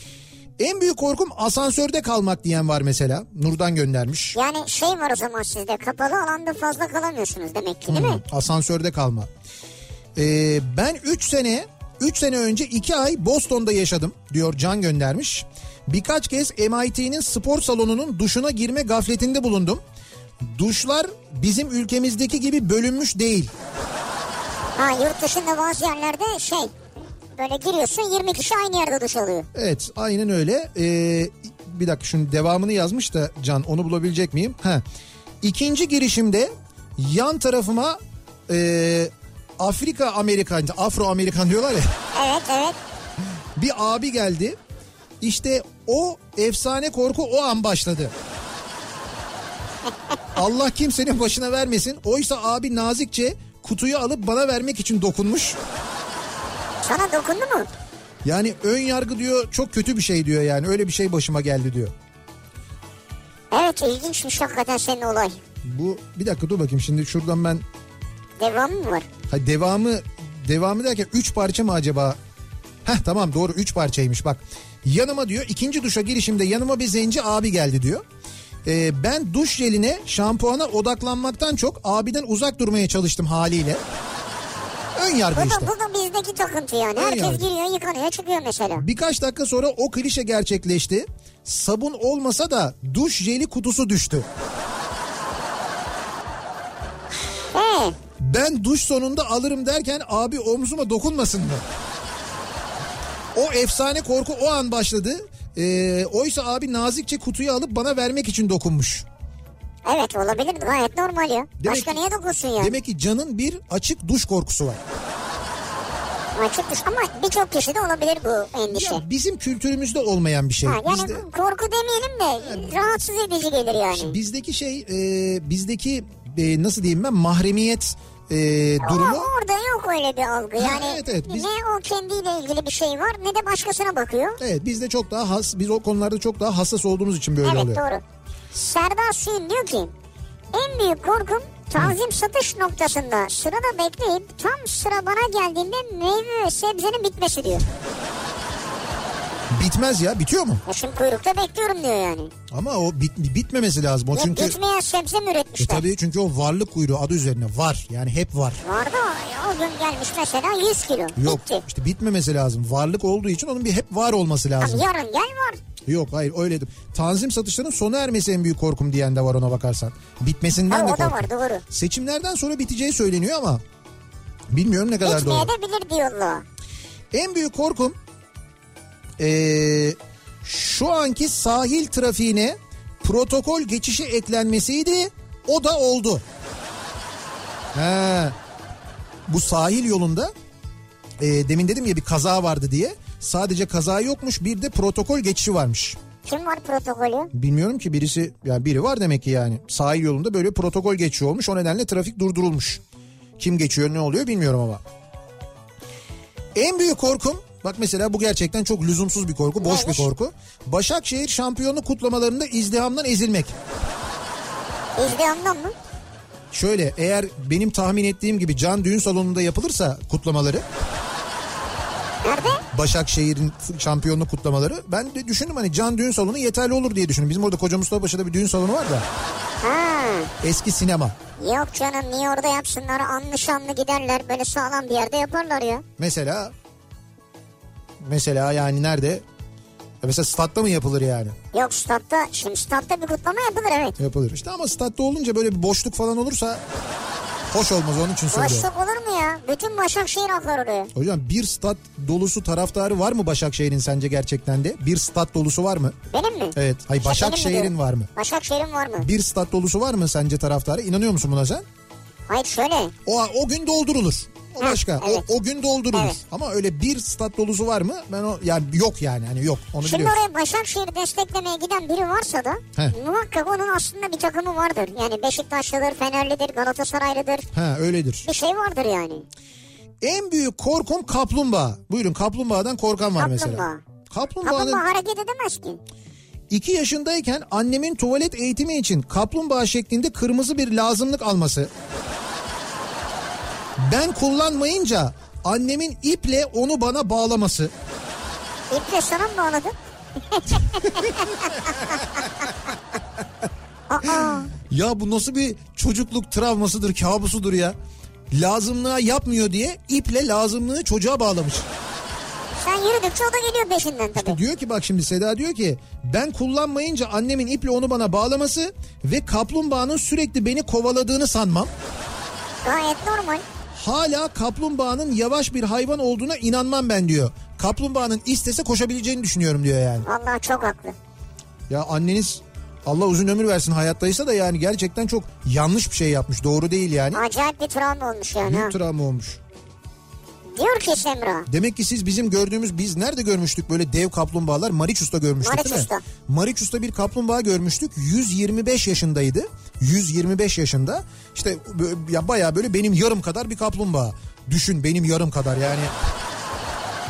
En büyük korkum asansörde kalmak diyen var mesela. Nurdan göndermiş. Yani var o zaman sizde, kapalı alanda fazla kalamıyorsunuz demek ki, değil mi? Asansörde kalma. Ben 3 sene önce 2 ay Boston'da yaşadım diyor, Can göndermiş. Birkaç kez MIT'nin spor salonunun duşuna girme gafletinde bulundum. Duşlar bizim ülkemizdeki gibi bölünmüş değil. Yurt dışında bazı yerlerde böyle giriyorsun, 20 kişi aynı yerde duş alıyor. Evet, aynen öyle. Bir dakika, şunun devamını yazmış da Can, onu bulabilecek miyim? İkinci girişimde yan tarafıma Afro-Amerikan diyorlar ya. Evet. Bir abi geldi. İşte o efsane korku o an başladı. Allah kimsenin başına vermesin. Oysa abi nazikçe kutuyu alıp bana vermek için dokunmuş. Sana dokundu mu? Yani ön yargı diyor çok kötü bir şey diyor yani. Öyle bir şey başıma geldi diyor. Evet, ilginçmiş hakikaten senin olay. Bu bir dakika dur bakayım şimdi şuradan ben. Devamı mı var? Ha, devamı derken 3 parça mı acaba? Heh tamam doğru 3 parçaymış bak. Yanıma diyor ikinci duşa girişimde yanıma bir zenci abi geldi diyor. Ben duş jeline şampuana odaklanmaktan çok abiden uzak durmaya çalıştım haliyle. Ön yargı işte. Bu da bizdeki takıntı yani. Herkes giriyor, yıkanıyor, çıkıyor mesela. Birkaç dakika sonra o klişe gerçekleşti. Sabun olmasa da duş jeli kutusu düştü. Ben duş sonunda alırım derken abi omzuma dokunmasın mı? O efsane korku o an başladı. Oysa abi nazikçe kutuyu alıp bana vermek için dokunmuş. Evet olabilir, gayet normal ya. Başka niye dokunsun ya? Demek ki Can'ın bir açık duş korkusu var. Açık duş ama birçok kişide olabilir bu endişe. Ya bizim kültürümüzde olmayan bir şey. Yani korku demeyelim de rahatsız edici gelir yani. Bizdeki nasıl diyeyim ben mahremiyet durumu. Ama orada yok öyle bir algı. Yani evet, ne o kendiyle ilgili bir şey var ne de başkasına bakıyor. Evet bizde çok daha biz o konularda çok daha hassas olduğumuz için böyle oluyor. Evet doğru. Serdar Suyun diyor ki en büyük korkum tanzim satış noktasında sırada bekleyip tam sıra bana geldiğinde meyve ve sebzenin bitmesi diyor. Bitmez ya, bitiyor mu? Şimdi kuyrukta bekliyorum diyor yani. Ama o bitmemesi lazım. O ya çünkü bitmeyen sebze mi üretmişler? Tabii çünkü o varlık kuyruğu adı üzerine var. Yani hep var. Vardı o gün gelmiş mesela 100 kilo. Yok bitti. işte bitmemesi lazım. Varlık olduğu için onun bir hep var olması lazım. Tamam, yarın gel var. Yok hayır öyle değil. Tanzim satışlarının sona ermesi en büyük korkum diyen de var ona bakarsan. Bitmesinden de korkum. O da var doğru. Seçimlerden sonra biteceği söyleniyor ama bilmiyorum ne kadar doğru. Bitmeyebilir diyorlar. En büyük korkum şu anki sahil trafiğine protokol geçişi eklenmesiydi. O da oldu. Bu sahil yolunda demin dedim ya bir kaza vardı diye. Sadece kaza yokmuş, bir de protokol geçişi varmış. Kim var protokolü? Bilmiyorum ki biri var demek ki yani. Sahil yolunda böyle protokol geçişi olmuş. O nedenle trafik durdurulmuş. Kim geçiyor ne oluyor bilmiyorum ama. En büyük korkum, bak mesela bu gerçekten çok lüzumsuz bir korku, boş neymiş? Bir korku. Başakşehir şampiyonluk kutlamalarında izdihamdan ezilmek. İzdihamdan mı? Şöyle, eğer benim tahmin ettiğim gibi Can Düğün Salonu'nda yapılırsa kutlamaları. Nerede? Başakşehir'in şampiyonluk kutlamaları. Ben de düşündüm hani Can Düğün Salonu yeterli olur diye düşündüm. Bizim orada Koca Mustafa'da bir düğün salonu var da. Eski sinema. Yok canım, niye orada yapsınlar? Anlı şanlı giderler, böyle sağlam bir yerde yaparlar ya. Mesela yani nerede? Mesela statta mı yapılır yani? Yok statta, şimdi statta bir kutlama yapılır evet. Yapılır işte ama statta olunca böyle bir boşluk falan olursa hoş olmaz, onun için söylüyorum. Boşluk olur mu ya? Bütün Başakşehir akar oraya. Hocam bir stat dolusu taraftarı var mı Başakşehir'in sence gerçekten de? Bir stat dolusu var mı? Benim mi? Evet. Hayır, Başakşehir'in var mı? Başakşehir'in var mı? Bir stat dolusu var mı sence taraftarı? İnanıyor musun buna sen? Hayır şöyle. O gün doldurulur. O başka. Evet. O gün doldurulur. Evet. Ama öyle bir stat dolusu var mı? Ben yani yok yani. Hani yok. Onu şimdi biliyorum. oraya Başakşehir'i desteklemeye giden biri varsa da muhakkak onun aslında bir takımı vardır. Yani Beşiktaşlıdır, Fenerlidir, Galatasaraylıdır. Öyledir. Bir şey vardır yani. En büyük korkum kaplumbağa. Buyurun, kaplumbağadan korkan var mesela. Kaplumbağa hareket edemez ki. 2 yaşındayken annemin tuvalet eğitimi için kaplumbağa şeklinde kırmızı bir lazımlık alması. Ben kullanmayınca annemin iple onu bana bağlaması. İple sana mı bağladı? Ya bu nasıl bir çocukluk travmasıdır, kabusudur ya. Lazımlığa yapmıyor diye iple lazımlığı çocuğa bağlamış. Sen yürüdükçe o da geliyor peşinden tabii. İşte diyor ki bak şimdi Seda diyor ki ben kullanmayınca annemin iple onu bana bağlaması ve kaplumbağanın sürekli beni kovaladığını sanmam. Gayet normal. Hala kaplumbağanın yavaş bir hayvan olduğuna inanmam ben diyor. Kaplumbağanın istese koşabileceğini düşünüyorum diyor yani. Vallahi çok haklı. Ya anneniz Allah uzun ömür versin hayattaysa da yani gerçekten çok yanlış bir şey yapmış. Doğru değil yani. Acayip bir travma olmuş yani. Büyük travma olmuş. Diyor ki Semra. Demek ki siz bizim gördüğümüz, biz nerede görmüştük böyle dev kaplumbağalar? Mariçus'ta görmüştük değil mi? Mariçus'ta bir kaplumbağa görmüştük. 125 yaşındaydı. 125 yaşında. İşte ya bayağı böyle benim yarım kadar bir kaplumbağa. Düşün, benim yarım kadar yani.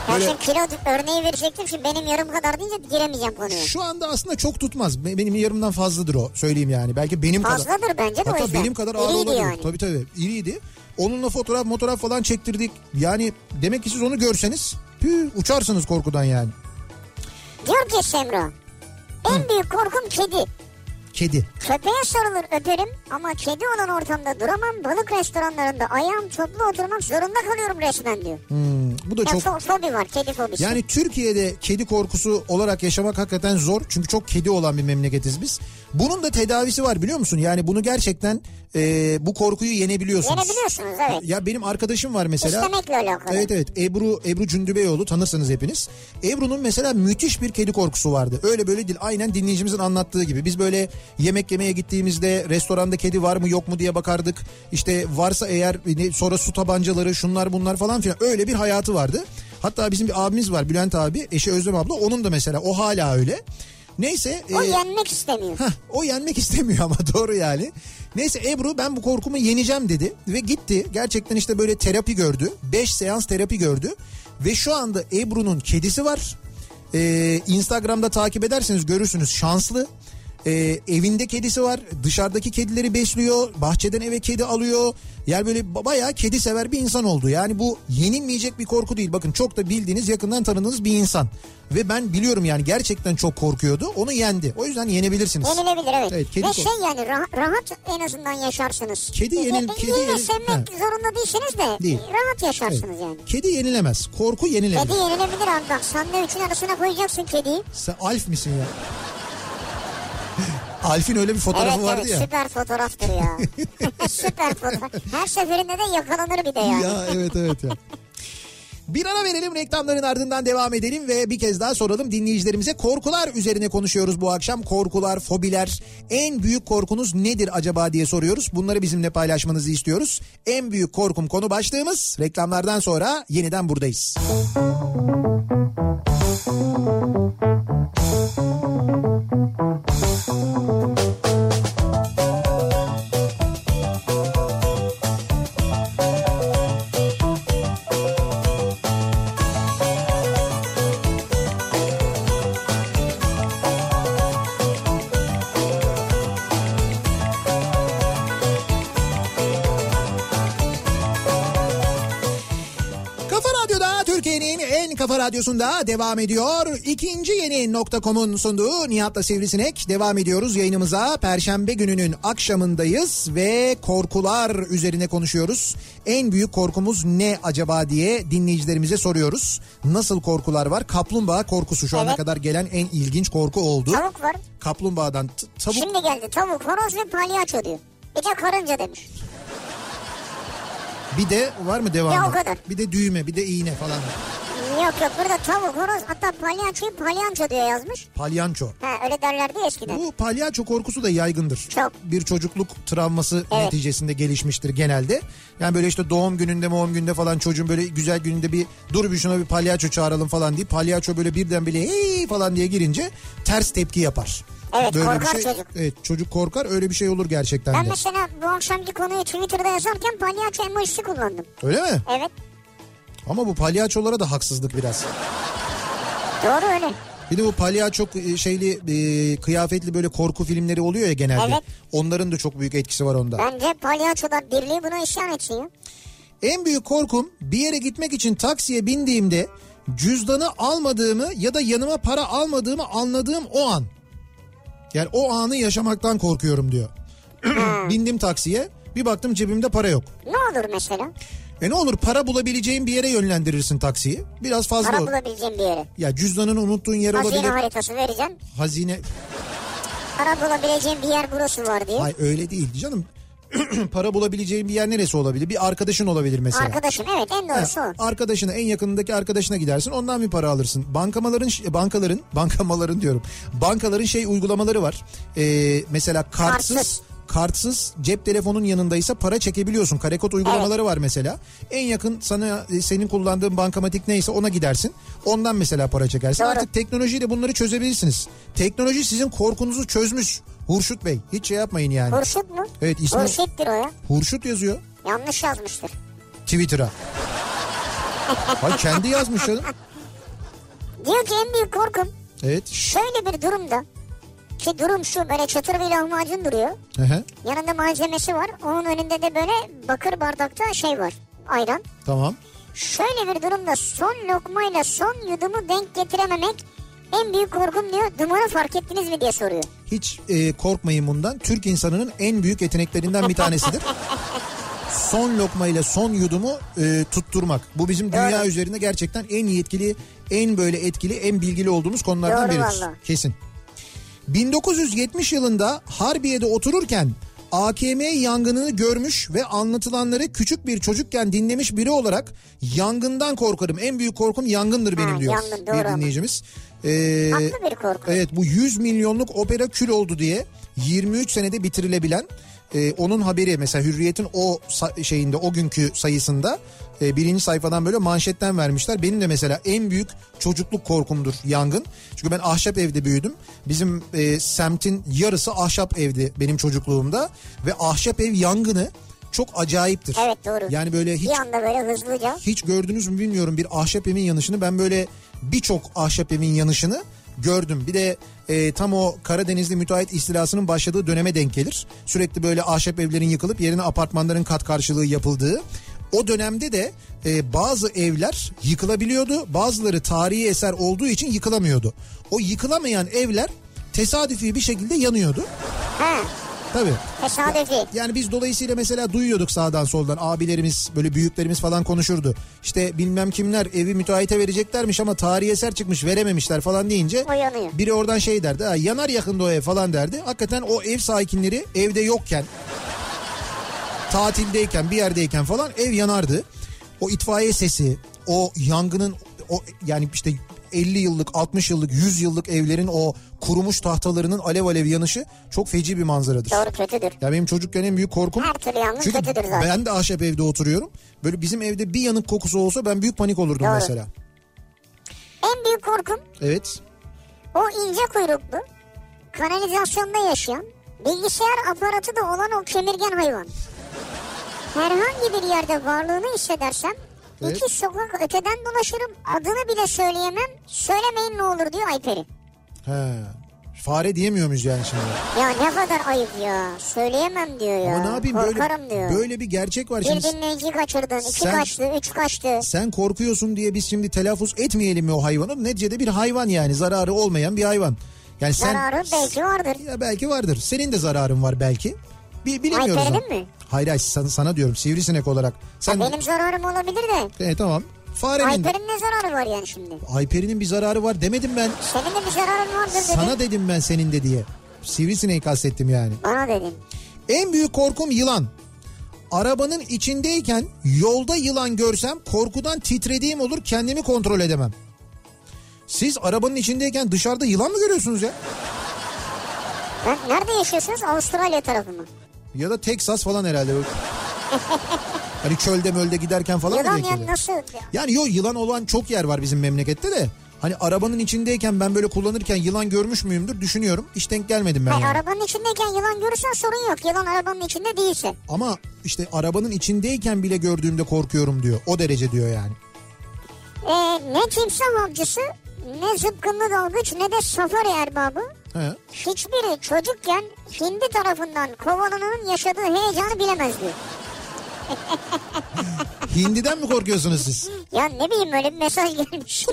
Ben şimdi kilo örneği verecektim, şimdi benim yarım kadar deyince giremeyeceğim konuya. Şu anda aslında çok tutmaz. Benim yarımdan fazladır o, söyleyeyim yani. Belki benim kadar. Fazladır bence de o Hatta yüzden. benim kadar ağır İriydi olabilir. yani. Tabii iriydi. Onunla fotoğraf falan çektirdik. Yani demek ki siz onu görseniz uçarsınız korkudan yani. Diyor ki Semra, en büyük korkum kedi. Kedi. Köpeğe sarılır öperim ama kedi olan ortamda duramam. Balık restoranlarında ayağım toplu oturmak zorunda kalıyorum resmen diyor. Bu da Ya çok... fobi var, kedi fobisi. Yani Türkiye'de kedi korkusu olarak yaşamak hakikaten zor. Çünkü çok kedi olan bir memleketiz biz. Bunun da tedavisi var, biliyor musun? Yani bunu gerçekten bu korkuyu yenebiliyorsunuz. Yenebiliyorsunuz, evet. Ya benim arkadaşım var mesela. İstemekle alakalı. Evet Ebru Cündübeyoğlu, tanırsınız hepiniz. Ebru'nun mesela müthiş bir kedi korkusu vardı. Öyle böyle değil, aynen dinleyicimizin anlattığı gibi. Biz böyle yemek yemeye gittiğimizde restoranda kedi var mı yok mu diye bakardık. İşte varsa eğer sonra su tabancaları, şunlar bunlar falan filan, öyle bir hayatı vardı. Hatta bizim bir abimiz var, Bülent abi, eşi Özlem abla, onun da mesela o hala öyle. Neyse. O yenmek istemiyor. O yenmek istemiyor ama doğru yani. Neyse Ebru ben bu korkumu yeneceğim dedi ve gitti. Gerçekten işte böyle terapi gördü. 5 seans terapi gördü. Ve şu anda Ebru'nun kedisi var. Instagram'da takip ederseniz görürsünüz, şanslı. Evinde kedisi var, dışarıdaki kedileri besliyor, bahçeden eve kedi alıyor. Yani böyle bayağı kedi sever bir insan oldu. Yani bu yenilmeyecek bir korku değil. Bakın, çok da bildiğiniz, yakından tanıdığınız bir insan. Ve ben biliyorum yani, gerçekten çok korkuyordu. Onu yendi. O yüzden yenebilirsiniz. Yenilebilir, evet. Kedi ve yani rahat en azından yaşarsınız. Kedi sevmek zorunda değilsiniz de değil. Rahat yaşarsınız yani. Kedi yenilemez. Korku yenilebilir. Kedi yenilebilir abi, bak sandviçin arasına koyacaksın kediyi. Sen Alf misin ya? Alf'in öyle bir fotoğrafı vardı ya. Süper fotoğraftır ya. Süper fotoğraf. Her seferinde de yakalanır bir de yani. Ya evet ya. Bir ara verelim, reklamların ardından devam edelim ve bir kez daha soralım dinleyicilerimize. Korkular üzerine konuşuyoruz bu akşam. Korkular, fobiler, en büyük korkunuz nedir acaba diye soruyoruz. Bunları bizimle paylaşmanızı istiyoruz. En büyük korkum konu başlığımız. Reklamlardan sonra yeniden buradayız. Kafa Radyosu'nda devam ediyor. İkinci yeni .com'un sunduğu Nihat'la Sivrisinek. Devam ediyoruz yayınımıza. Perşembe gününün akşamındayız ve korkular üzerine konuşuyoruz. En büyük korkumuz ne acaba diye dinleyicilerimize soruyoruz. Nasıl korkular var? Kaplumbağa korkusu şu ana kadar gelen en ilginç korku oldu. Tavuk var. Kaplumbağadan tavuk. Şimdi geldi tavuk, horoz ve palyaço diyor. Bir de karınca demiş. Bir de var mı devamı? Ya o kadar. Bir de düğme, bir de iğne falan. Yok burada tavuk, horoz, hatta palyaçoyu palyanço diye yazmış. Palyanço. Öyle derlerdi eskiden. Bu palyaço korkusu da yaygındır. Çok. Bir çocukluk travması neticesinde gelişmiştir genelde. Yani böyle işte doğum gününde falan çocuğun böyle güzel gününde bir şuna bir palyaço çağıralım falan deyip palyaço böyle birden böyle hey falan diye girince ters tepki yapar. Evet, böyle korkar bir şey, çocuk. Evet, çocuk korkar, öyle bir şey olur gerçekten Ben de. mesela bu akşamki konuyu Twitter'da yazarken palyaço emojisi kullandım. Öyle mi? Evet. Ama bu palyaçolara da haksızlık biraz. Doğru öyle. Bir de bu palyaço kıyafetli böyle korku filmleri oluyor ya genelde. Evet. Onların da çok büyük etkisi var onda. Bence palyaçolar birliği buna isyan etsin ya. En büyük korkum bir yere gitmek için taksiye bindiğimde cüzdanı almadığımı ya da yanıma para almadığımı anladığım o an. Yani o anı yaşamaktan korkuyorum diyor. Bindim taksiye, bir baktım cebimde para yok. Ne olur mesela? Ne olur, para bulabileceğin bir yere yönlendirirsin taksiyi. Biraz fazla Para bulabileceğin bir yere. Ya cüzdanını unuttuğun yer olabilir. Hazine haritası vereceksin. Hazine. Para bulabileceğin bir yer burası var diye. Hayır öyle değil canım. Para bulabileceğin bir yer neresi olabilir? Bir arkadaşın olabilir mesela. Arkadaşın, evet, en doğrusu o. Arkadaşına, en yakınındaki arkadaşına gidersin, ondan bir para alırsın. Bankaların uygulamaları var. Mesela kartsız cep telefonun yanındaysa para çekebiliyorsun. Karekod uygulamaları var mesela. En yakın sana, senin kullandığın bankamatik neyse ona gidersin. Ondan mesela para çekersin. Doğru. Artık teknolojiyle bunları çözebilirsiniz. Teknoloji sizin korkunuzu çözmüş. Hurşut Bey, hiç şey yapmayın yani. Hurşut mu? Evet, ismi Hurşittir o ya. Hurşut yazıyor. Yanlış yazmıştır. Twitter'a. Hayır, kendi yazmış canım. Diyor ki en büyük korkum Evet. şöyle bir durumda. Ki durum şu, böyle çıtır bir lahmacun duruyor. Hı hı. Yanında malzemesi var. Onun önünde de böyle bakır bardakta şey var. Ayran. Tamam. Şöyle bir durumda son lokmayla son yudumu denk getirememek en büyük korkum diyor. Dumanı fark ettiniz mi diye soruyor. Hiç korkmayın bundan. Türk insanının en büyük yeteneklerinden bir tanesidir. Son lokmayla son yudumu tutturmak. Bu bizim dünya üzerinde gerçekten en yetkili, en böyle etkili, en bilgili olduğumuz konulardan Doğru biridir. vallahi. Kesin. 1970 yılında Harbiye'de otururken AKM yangınını görmüş ve anlatılanları küçük bir çocukken dinlemiş biri olarak yangından korkarım. En büyük korkum yangındır benim diyor yangın, bir dinleyicimiz. Haklı bir korku. Evet, bu 100 milyonluk opera kül oldu diye 23 senede bitirilebilen onun haberi mesela Hürriyet'in o şeyinde o günkü sayısında birinci sayfadan böyle manşetten vermişler. Benim de mesela en büyük çocukluk korkumdur yangın. Çünkü ben ahşap evde büyüdüm. Bizim semtin yarısı ahşap evdi benim çocukluğumda ve ahşap ev yangını çok acayiptir. Evet, doğru. Yani böyle hiç, bir anda böyle hızlıca. Hiç gördünüz mü bilmiyorum bir ahşap evin yanışını. Ben böyle birçok ahşap evin yanışını gördüm. Bir de tam o Karadenizli müteahhit istilasının başladığı döneme denk gelir. Sürekli böyle ahşap evlerin yıkılıp yerine apartmanların kat karşılığı yapıldığı. O dönemde de bazı evler yıkılabiliyordu. Bazıları tarihi eser olduğu için yıkılamıyordu. O yıkılamayan evler tesadüfi bir şekilde yanıyordu. Ha. Tabii. Tesadüfi. Yani biz dolayısıyla mesela duyuyorduk sağdan soldan, abilerimiz böyle büyüklerimiz falan konuşurdu. İşte bilmem kimler evi müteahhite vereceklermiş ama tarihi eser çıkmış verememişler falan deyince biri oradan şey derdi, ha, yanar yakında o ev falan derdi. Hakikaten o ev sakinleri evde yokken, tatildeyken, bir yerdeyken falan ev yanardı. O itfaiye sesi, o yangının, o yani işte 50 yıllık, 60 yıllık, 100 yıllık evlerin o kurumuş tahtalarının alev alev yanışı çok feci bir manzaradır. Doğru, kötüdür. Ya benim çocukken en büyük korkum. Her türlü yangın çünkü kötüdür zaten. ben de ahşap evde oturuyorum. Böyle bizim evde bir yanık kokusu olsa ben büyük panik olurdum Doğru. mesela. En büyük korkum Evet. o ince kuyruklu, kanalizasyonda yaşayan, bilgisayar aparatı da olan o kemirgen hayvan. Herhangi bir yerde varlığını hissedersem evet. 2 sokak öteden dolaşırım, adını bile söyleyemem, söylemeyin ne olur diyor Ayperi. He. Fare diyemiyor muyuz yani şimdi? Ya ne kadar ayıp ya, söyleyemem diyor ya. Ama ne yapayım, korkarım diyor. Böyle bir gerçek var. Bir şimdi. dinleyici kaçırdın, 2 kaçtı, 3 kaçtı. Sen korkuyorsun diye biz şimdi telaffuz etmeyelim mi o hayvanı? Neticede bir hayvan yani, zararı olmayan bir hayvan. Yani zararı belki vardır. Ya belki vardır. Senin de zararın var belki. Bilemiyoruz. Ayper'in mi? Hayır sana diyorum, sivrisinek olarak. Sen... Benim zararım olabilir de. Tamam. Farenin... Ayper'in ne zararı var yani şimdi? Ayper'in bir zararı var demedim ben. Senin de bir zararın vardır dedim. Sana dedim ben senin de diye. Sivrisineği kastettim yani. Bana dedin. En büyük korkum yılan. Arabanın içindeyken yolda yılan görsem korkudan titrediğim olur, kendimi kontrol edemem. Siz arabanın içindeyken dışarıda yılan mı görüyorsunuz ya? Nerede yaşıyorsunuz? Avustralya tarafı mı? Ya da Texas falan herhalde. Hani çölde mölde giderken falan yılan mı denk geliyor? Nasıl? Yani yok, yılan olan çok yer var bizim memlekette de. Hani arabanın içindeyken ben böyle kullanırken yılan görmüş müyümdür düşünüyorum. Hiç denk gelmedim ben. Hayır, yani. arabanın içindeyken yılan görürsen sorun yok. Yılan arabanın içinde değilse. Ama işte arabanın içindeyken bile gördüğümde korkuyorum diyor. O derece diyor yani. Ne timsah avcısı, ne zıpkınlı dalgıç, ne de safari erbabı. He. Hiçbiri çocukken hindi tarafından kovalananın yaşadığı heyecanı bilemez diyor. Hindiden mi korkuyorsunuz siz? Ya ne bileyim, öyle bir mesaj gelmiş.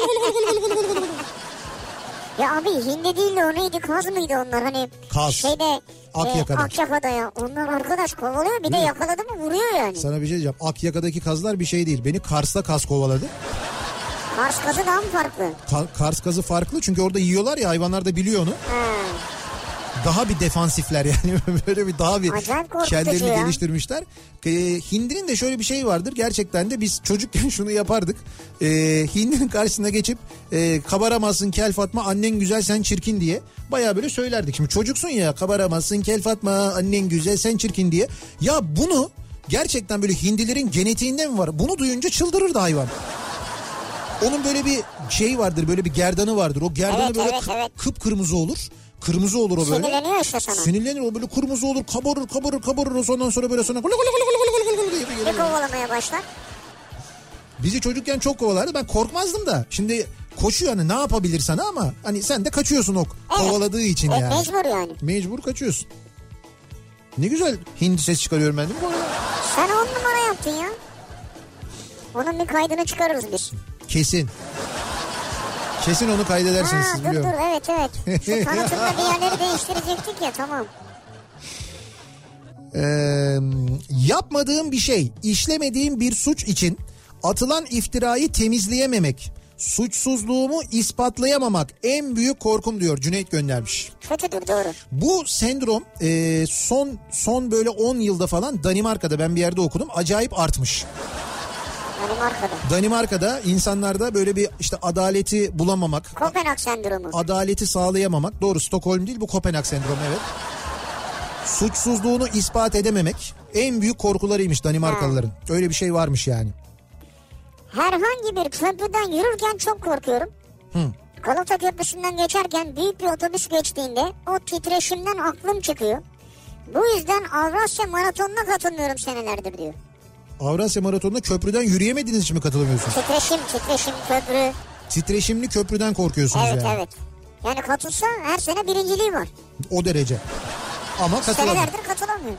Ya abi hindi değil de o neydi, kaz mıydı onlar hani? Kaz. Şeyde Akyaka'da ya. Onlar arkadaş kovalıyor, bir de yakaladı mı vuruyor yani. Sana bir şey diyeceğim. Akyaka'daki kazlar bir şey değil. Beni Kars'ta kaz kovaladı. Kars kazı daha mı farklı? Kars kazı farklı çünkü orada yiyorlar ya, hayvanlar da biliyor onu. Daha bir defansifler yani, böyle bir daha bir kendilerini geliştirmişler. Hindinin de şöyle bir şey vardır, gerçekten de biz çocukken şunu yapardık. Hindinin karşısına geçip kabaramazsın kel Fatma, annen güzel sen çirkin diye baya böyle söylerdik. Şimdi çocuksun ya, kabaramazsın kel Fatma, annen güzel sen çirkin diye. Ya bunu gerçekten böyle Hindilerin genetiğinde mi var? Bunu duyunca çıldırırdı hayvan. Onun böyle bir şey vardır, böyle bir gerdanı vardır. O gerdanı böyle kıpkırmızı olur. Kırmızı olur o böyle. Sinirleniyor işte sana. Sinirlenir o, böyle kırmızı olur, kabarır. Ondan sonra böyle sana bir kovalamaya başlar. Bizi çocukken çok kovalardı. Ben korkmazdım da. Şimdi koşuyor hani ne yapabilir sana ama hani sen de kaçıyorsun o kovaladığı için yani. Mecbur yani. Mecbur kaçıyorsun. Ne güzel hindi ses çıkarıyorum ben de bu arada. Sen 10 numara yaptın ya. Onun bir kaydını çıkarırız biz. Kesin. Kesin onu kaydedersiniz siz biliyorum. Dur evet. Şu tanıtımda bir yerleri değiştirecektik ya tamam. Yapmadığım bir şey, işlemediğim bir suç için atılan iftirayı temizleyememek, suçsuzluğumu ispatlayamamak en büyük korkum diyor Cüneyt göndermiş. Kötüdür doğru. Bu sendrom son böyle 10 yılda falan Danimarka'da ben bir yerde okudum acayip artmış. Danimarka'da insanlarda böyle bir işte adaleti bulamamak. Kopenhag sendromu. Adaleti sağlayamamak. Doğru, Stockholm değil bu, Kopenhag sendromu, evet. Suçsuzluğunu ispat edememek en büyük korkularıymış Danimarkalıların. Öyle bir şey varmış yani. Herhangi bir köprüden yürürken çok korkuyorum. Galata Köprüsü'nden geçerken büyük bir otobüs geçtiğinde o titreşimden aklım çıkıyor. Bu yüzden Avrasya Maratonu'na katılmıyorum senelerdir diyor. Avrasya Maratonu'na köprüden yürüyemediğiniz için mi katılmıyorsunuz? Titreşim köprü. Titreşimli köprüden korkuyorsunuz yani. Evet. Yani katılsa her sene birinciliği var. O derece. Ama katılamıyor. Senelerdir katılamıyor.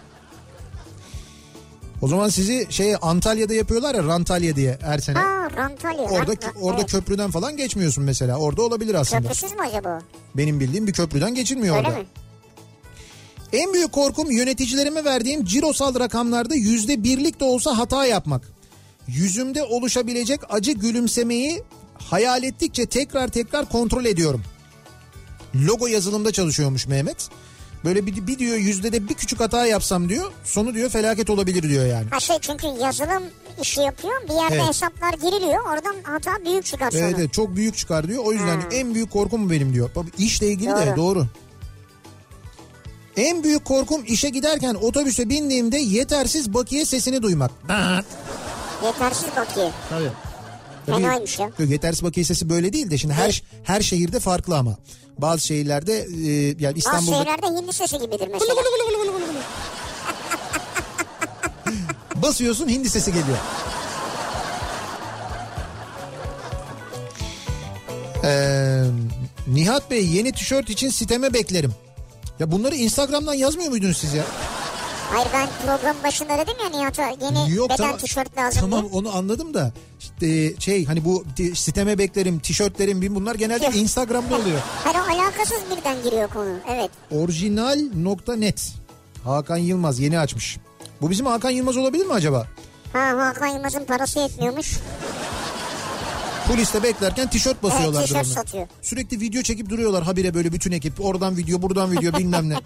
O zaman sizi Antalya'da yapıyorlar ya, Rantalya diye her sene. Rantalya. Orada köprüden falan geçmiyorsun mesela. Orada olabilir aslında. Köprüsüz mü acaba? Benim bildiğim bir köprüden geçilmiyor öyle orada. Mi? En büyük korkum yöneticilerime verdiğim cirosal rakamlarda %1'lik de olsa hata yapmak. Yüzümde oluşabilecek acı gülümsemeyi hayal ettikçe tekrar kontrol ediyorum. Logo yazılımda çalışıyormuş Mehmet. Böyle bir diyor yüzdede bir küçük hata yapsam diyor, sonu diyor felaket olabilir diyor yani. Çünkü yazılım işi yapıyor, bir yerde hesaplar giriliyor, oradan hata büyük çıkar sonra. Evet çok büyük çıkar diyor, o yüzden en büyük korkum benim diyor. İşle ilgili de doğru. En büyük korkum işe giderken otobüse bindiğimde yetersiz bakiye sesini duymak. Yetersiz bakiye. Tabii. Fenaymış ya. Yetersiz bakiye sesi böyle değil de şimdi her şehirde farklı ama. Bazı şehirlerde yani İstanbul'da... Bazı şehirlerde hindi sesi gibidir mesela. Basıyorsun hindi sesi geliyor. Nihat Bey yeni tişört için siteme beklerim. Ya bunları Instagram'dan yazmıyor muydunuz siz ya? Hayır ben program başında dedim ya Nihat'a yeni beden tişört lazım. Tamam onu anladım da işte hani bu siteme beklerim, tişörtlerim bunlar genelde Instagram'da oluyor. Hayır alakasız birden giriyor konu, evet. Orijinal.net Hakan Yılmaz yeni açmış. Bu bizim Hakan Yılmaz olabilir mi acaba? Hakan Yılmaz'ın parası yetmiyormuş. Kuliste beklerken tişört basıyorlardır. Evet, tişört satıyor. Sürekli video çekip duruyorlar habire böyle bütün ekip. Oradan video buradan video bilmem ne.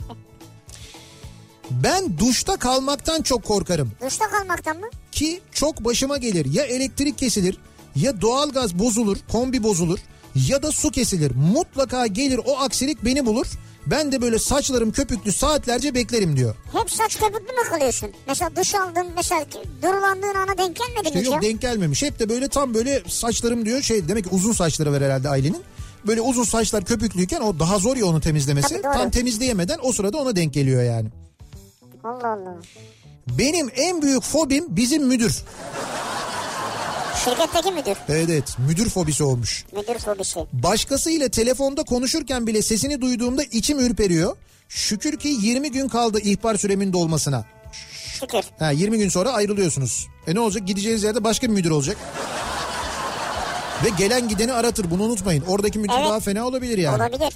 Ben duşta kalmaktan çok korkarım. Duşta kalmaktan mı? Ki çok başıma gelir. Ya elektrik kesilir, ya doğalgaz bozulur, kombi bozulur ya da su kesilir. Mutlaka gelir o aksilik beni bulur. Ben de böyle saçlarım köpüklü saatlerce beklerim diyor. Hep saç köpüklü mü kalıyorsun? Mesela duş aldın, mesela durulandığın ana denk gelmedi mi? Yok denk gelmemiş. Hep de böyle tam böyle saçlarım diyor demek ki uzun saçları var herhalde Aylin'in. Böyle uzun saçlar köpüklüyken o daha zor ya onu temizlemesi. Tam temizleyemeden o sırada ona denk geliyor yani. Allah Allah. Benim en büyük fobim bizim müdür. Şirketteki müdür. Evet müdür fobisi olmuş. Müdür fobisi. Başkasıyla telefonda konuşurken bile sesini duyduğumda içim ürperiyor. Şükür ki 20 gün kaldı ihbar süremin dolmasına. Şükür. 20 gün sonra ayrılıyorsunuz. Ne olacak? Gideceğiniz yerde başka bir müdür olacak. Ve gelen gideni aratır, bunu unutmayın. Oradaki müdür daha fena olabilir yani. Olabilir.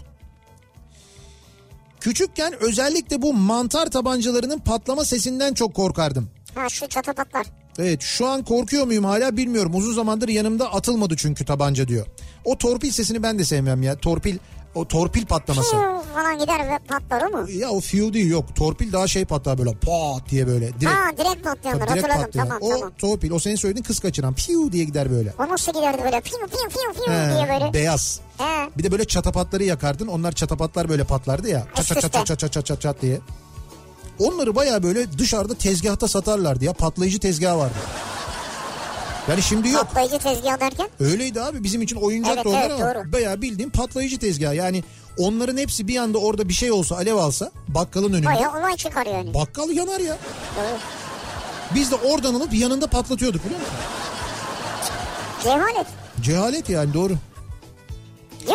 Küçükken özellikle bu mantar tabancalarının patlama sesinden çok korkardım. Şu çatapatlar. Evet, şu an korkuyor muyum hala bilmiyorum. Uzun zamandır yanımda atılmadı çünkü tabanca diyor. O torpil sesini ben de sevmem ya. O torpil patlaması. Fiu falan gider ve patlar o mu? Ya o fiu değil, yok. Torpil daha patlar böyle pat diye böyle. Direkt patlayanlar, hatırladım. Patlayan. Tamam. Torpil, o senin söylediğin kız kaçıran piu diye gider böyle. O nasıl giderdi böyle piu diye böyle. Beyaz. Bir de böyle çatapatları yakardın. Onlar çatapatlar böyle patlardı ya. Çat diye. Onları baya böyle dışarıda tezgahta satarlardı ya. Patlayıcı tezgahı vardı. Yani şimdi yok. Patlayıcı tezgah derken? Öyleydi abi, bizim için oyuncak da onlar ama baya bildiğin patlayıcı tezgah. Yani onların hepsi bir anda orada bir şey olsa, alev alsa bakkalın önünde. Baya olay çıkar yani. Bakkal yanar ya. Evet. Biz de oradan alıp yanında patlatıyorduk biliyor musun? Cehalet. Cehalet yani, doğru.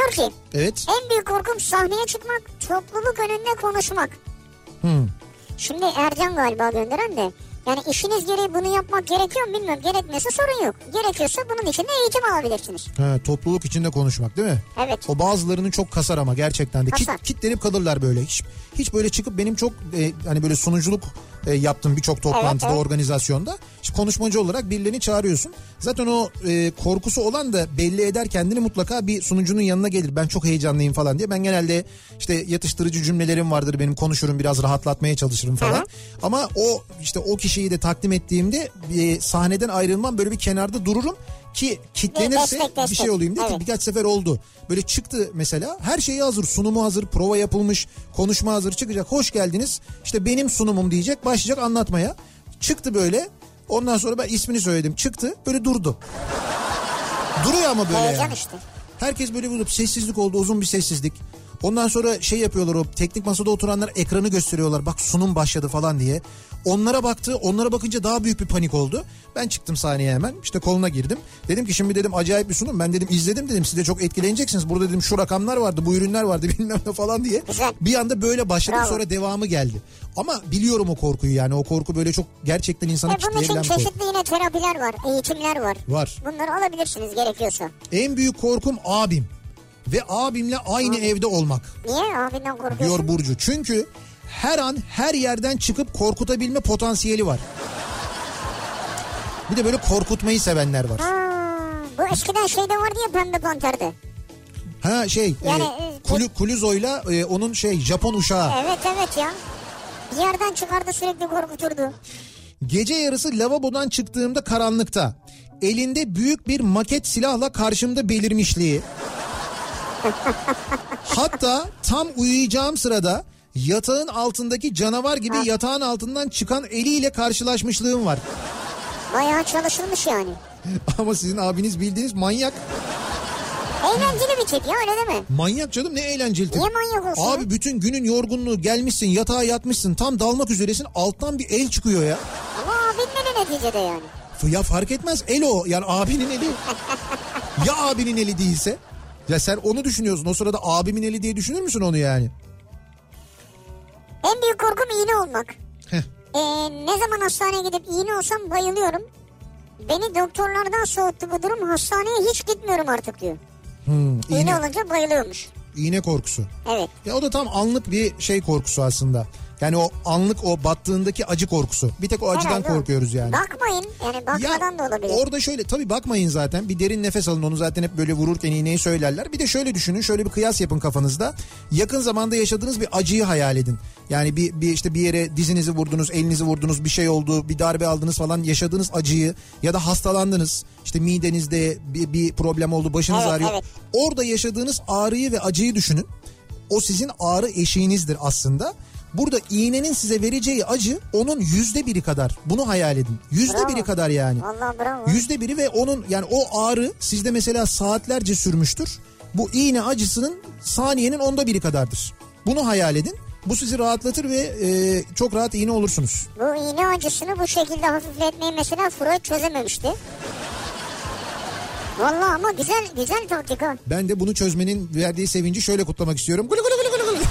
Diyor ki Evet. en büyük korkum sahneye çıkmak, topluluk önünde konuşmak. Şimdi Ercan galiba gönderen de. Yani işiniz gereği bunu yapmak gerekiyor mu bilmiyorum. Gerekmiyorsa sorun yok. Gerekiyorsa bunun için de eğitim alabilirsiniz. Ha, topluluk içinde konuşmak değil mi? Evet. O bazılarının çok kasar ama gerçekten de. Kasar. Kitlenip kalırlar böyle. Hiç böyle çıkıp benim çok hani böyle sunuculuk yaptım birçok toplantıda, evet. Organizasyonda. İşte konuşmacı olarak birilerini çağırıyorsun. Zaten o korkusu olan da belli eder kendini, mutlaka bir sunucunun yanına gelir. Ben çok heyecanlıyım falan diye. Ben genelde işte yatıştırıcı cümlelerim vardır benim, konuşurum, biraz rahatlatmaya çalışırım falan. Hı-hı. Ama o kişiyi de takdim ettiğimde sahneden ayrılmam, böyle bir kenarda dururum ki kitlenirse destek. bir şey olayım diye. Evet. Birkaç sefer oldu. Böyle çıktı mesela, her şeyi hazır, sunumu hazır, prova yapılmış, konuşma hazır, çıkacak. Hoş geldiniz işte benim sunumum diyecek, başlayacak anlatmaya. Çıktı böyle, ondan sonra ben ismini söyledim, çıktı böyle durdu. Duruyor ama böyle heyecan yani. işte. Herkes böyle bulup sessizlik oldu, uzun bir sessizlik. Ondan sonra şey yapıyorlar, o teknik masada oturanlar ekranı gösteriyorlar, bak sunum başladı falan diye. Onlara baktı, onlara bakınca daha büyük bir panik oldu. Ben çıktım sahneye hemen, işte koluna girdim. Dedim ki şimdi dedim acayip bir sunum, ben dedim izledim dedim, siz de çok etkileneceksiniz. Burada dedim şu rakamlar vardı, bu ürünler vardı bilmem ne falan diye. Güzel. Bir anda böyle başladım. Bravo. Sonra devamı geldi. Ama biliyorum o korkuyu, yani o korku böyle çok gerçekten insanı kitleyebilen bunun bir için korku. çeşitli yine terapiler var, eğitimler var. Var. Bunları alabilirsiniz gerekiyorsa. En büyük korkum abim. Ve abimle aynı evde olmak. Niye abinden korkuyorsun? Diyor Burcu. Çünkü her an her yerden çıkıp korkutabilme potansiyeli var. Bir de böyle korkutmayı sevenler var. Bu eskiden şeyde vardı ya, Pembe Panter'de. Ha şey yani, Clouseau'yla onun Japon uşağı. Evet ya. Bir yerden çıkardı, sürekli korkuturdu. Gece yarısı lavabodan çıktığımda karanlıkta elinde büyük bir maket silahla karşımda belirmişliği. Hatta tam uyuyacağım sırada yatağın altındaki canavar gibi yatağın altından çıkan eliyle karşılaşmışlığım var. Bayağı çalışılmış yani. Ama sizin abiniz bildiğiniz manyak. Eğlenceli bir tip ya, öyle deme. Manyak canım, ne eğlenceli tip. Niye manyak olsun? Abi bütün günün yorgunluğu, gelmişsin yatağa yatmışsın, tam dalmak üzeresin, alttan bir el çıkıyor ya. Ama abin ne neticede yani? Ya fark etmez, el o yani, abinin eli. Ya abinin eli değilse? Ya sen onu düşünüyorsun, o sırada abimin eli diye düşünür müsün onu yani? En büyük korkum iğne olmak. Ne zaman hastaneye gidip iğne olsam bayılıyorum. Beni doktorlardan soğuttu bu durum, hastaneye hiç gitmiyorum artık diyor. İğne olunca bayılıyormuş. İğne korkusu. Evet. Ya o da tam anlık bir korkusu aslında. Yani o anlık, o battığındaki acı korkusu. Bir tek o acıdan herhalde korkuyoruz yani. Bakmayın yani, bakmadan da olabilir. Orada şöyle tabii, bakmayın zaten, bir derin nefes alın, onu zaten hep böyle vururken iğneyi söylerler. Bir de şöyle düşünün, şöyle bir kıyas yapın kafanızda. Yakın zamanda yaşadığınız bir acıyı hayal edin. Yani bir yere dizinizi vurdunuz, elinizi vurdunuz, bir şey oldu, bir darbe aldınız falan, yaşadığınız acıyı ya da hastalandınız. İşte midenizde bir problem oldu, başınız ağrıyor. Evet. Orada yaşadığınız ağrıyı ve acıyı düşünün. O sizin ağrı eşiğinizdir aslında. Burada iğnenin size vereceği acı onun %1'i kadar. Bunu hayal edin. %1'i kadar yani. Vallahi bravo. %1'i ve onun yani o ağrı sizde mesela saatlerce sürmüştür. Bu iğne acısının saniyenin 1/10 kadardır. Bunu hayal edin. Bu sizi rahatlatır ve çok rahat iğne olursunuz. Bu iğne acısını bu şekilde hafifletmeyi mesela Freud çözememişti. Vallahi ama güzel taktik ha. Ben de bunu çözmenin verdiği sevinci şöyle kutlamak istiyorum. Gulu gulu gulu gulu.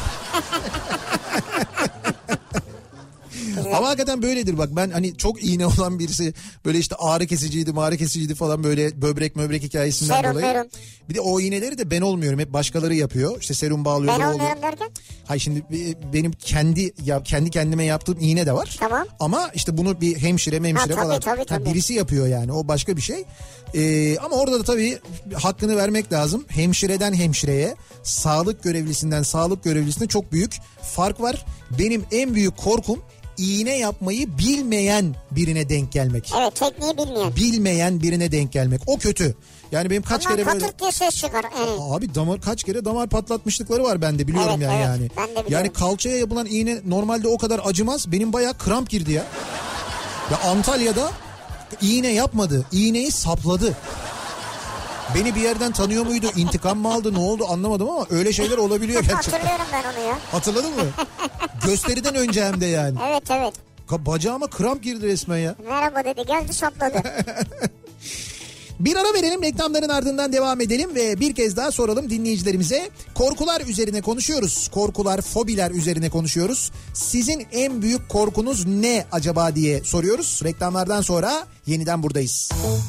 Ama hakikaten böyledir bak, ben hani çok iğne olan birisi, böyle işte ağrı kesiciydi falan, böyle böbrek hikayesinden serum, dolayı. Serum. Bir de o iğneleri de ben olmuyorum, hep başkaları yapıyor. İşte serum bağlıyor. Ben olmuyorum derken? Hayır, şimdi benim kendi kendime yaptığım iğne de var. Tamam. Ama işte bunu bir hemşire falan. Tabii. Birisi yapıyor yani, o başka bir şey. Ama orada da tabii hakkını vermek lazım. Hemşireden hemşireye, sağlık görevlisinden sağlık görevlisine çok büyük fark var. Benim en büyük korkum iğne yapmayı bilmeyen birine denk gelmek. Evet, tekniği bilmeyen. Bilmeyen birine denk gelmek. O kötü. Yani benim kaç kere böyle... diye ses çıkar. Evet. Abi kaç kere damar patlatmışlıkları var bende, biliyorum evet. yani. Ben de biliyorum. Yani kalçaya yapılan iğne normalde o kadar acımaz. Benim bayağı kramp girdi ya. Ya Antalya'da iğne yapmadı. İğneyi sapladı. Beni bir yerden tanıyor muydu? İntikam mı aldı? Ne oldu anlamadım ama öyle şeyler olabiliyor gerçekten. Hatırlıyorum ben onu ya. Hatırladın mı? Gösteriden önce hem de yani. Evet. Bacağıma kramp girdi resmen ya. Merhaba dedi, geldi sapladı. Bir ara verelim, reklamların ardından devam edelim ve bir kez daha soralım dinleyicilerimize. Korkular üzerine konuşuyoruz. Korkular, fobiler üzerine konuşuyoruz. Sizin en büyük korkunuz ne acaba diye soruyoruz. Reklamlardan sonra yeniden buradayız.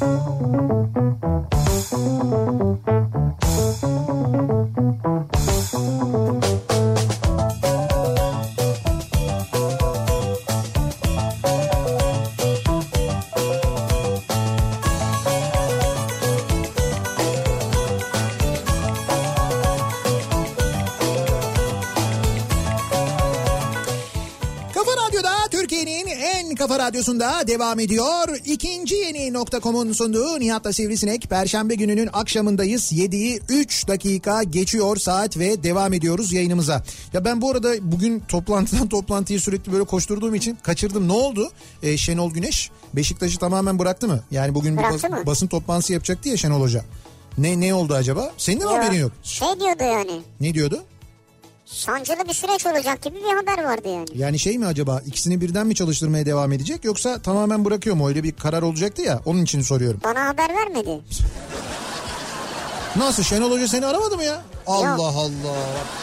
Kafa Radyosu'nda devam ediyor. İkinci yeni nokta.com'un sunduğu Nihat'la Sivrisinek. Perşembe gününün akşamındayız. 7'yi 3 dakika geçiyor saat ve devam ediyoruz yayınımıza. Ya ben bu arada bugün toplantıdan toplantıya sürekli böyle koşturduğum için kaçırdım. Ne oldu? Şenol Güneş Beşiktaş'ı tamamen bıraktı mı? Yani bugün bir basın toplantısı yapacaktı ya Şenol Hoca. Ne oldu acaba? Senin de haberin yok. Şey diyordu yani. Ne diyordu? Sancılı bir süreç olacak gibi bir haber vardı yani. Yani şey mi acaba, ikisini birden mi çalıştırmaya devam edecek yoksa tamamen bırakıyor mu? Öyle bir karar olacaktı ya, onun için soruyorum. Bana haber vermedi. Nasıl, Şenol Hoca seni aramadı mı ya? Allah Yok. Allah.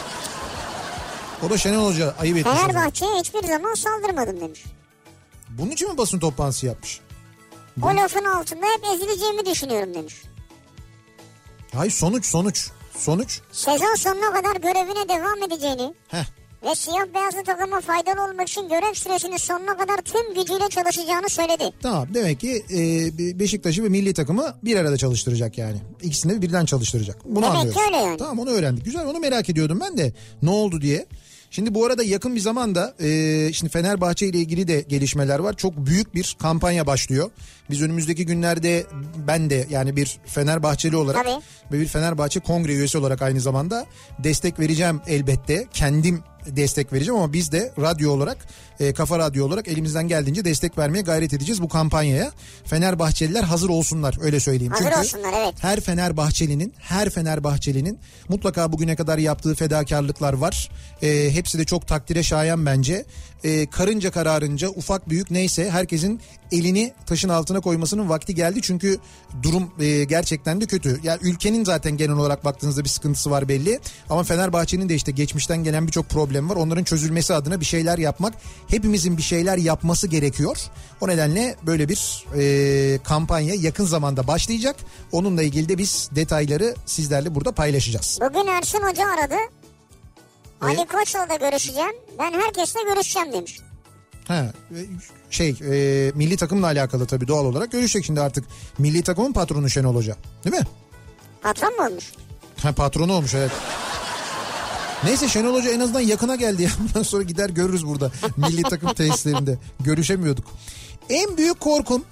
O da Şenol Hoca ayıp etmiş. Fenerbahçe'ye hiçbir zaman saldırmadım demiş. Bunun için mi basın toplantısı yapmış? O lafın altında hep ezileceğimi düşünüyorum demiş. Hayır, sonuç. Sezon sonuna kadar görevine devam edeceğini ve siyah beyazlı takıma faydalı olmak için görev süresinin sonuna kadar tüm gücüyle çalışacağını söyledi. Tamam, demek ki Beşiktaş'ı ve milli takımı bir arada çalıştıracak yani. İkisini de birden çalıştıracak. Bunu demek anlıyoruz. ki öyle yani. Tamam, onu öğrendik. Güzel, onu merak ediyordum ben de ne oldu diye. Şimdi bu arada yakın bir zamanda şimdi Fenerbahçe ile ilgili de gelişmeler var. Çok büyük bir kampanya başlıyor. Biz önümüzdeki günlerde ben de yani bir Fenerbahçeli olarak ve bir Fenerbahçe kongre üyesi olarak aynı zamanda destek vereceğim elbette. Kendim destek vereceğim ama biz de radyo olarak, Kafa Radyo olarak elimizden geldiğince destek vermeye gayret edeceğiz bu kampanyaya. Fenerbahçeliler hazır olsunlar, öyle söyleyeyim. Hazır çünkü olsunlar, evet. Her Fenerbahçelinin mutlaka bugüne kadar yaptığı fedakarlıklar var. Hepsi de çok takdire şayan bence. Karınca kararınca, ufak büyük neyse herkesin elini taşın altına koymasının vakti geldi. Çünkü durum gerçekten de kötü. Yani ülkenin zaten genel olarak baktığınızda bir sıkıntısı var belli. Ama Fenerbahçe'nin de işte geçmişten gelen birçok problem var. Onların çözülmesi adına bir şeyler yapmak, hepimizin bir şeyler yapması gerekiyor. O nedenle böyle bir kampanya yakın zamanda başlayacak. Onunla ilgili de biz detayları sizlerle burada paylaşacağız. Bugün Ersun Hoca aradı. Ali Koç'la görüşeceğim. Ben herkesle görüşeceğim demiş. Milli takımla alakalı tabii, doğal olarak görüşecek şimdi artık. Milli takımın patronu Şenol Hoca, değil mi? Patron mu olmuş? Patronu olmuş, evet. Neyse, Şenol Hoca en azından yakına geldi ya. Bundan sonra gider görürüz burada milli takım tesislerinde. Görüşemiyorduk. En büyük korkum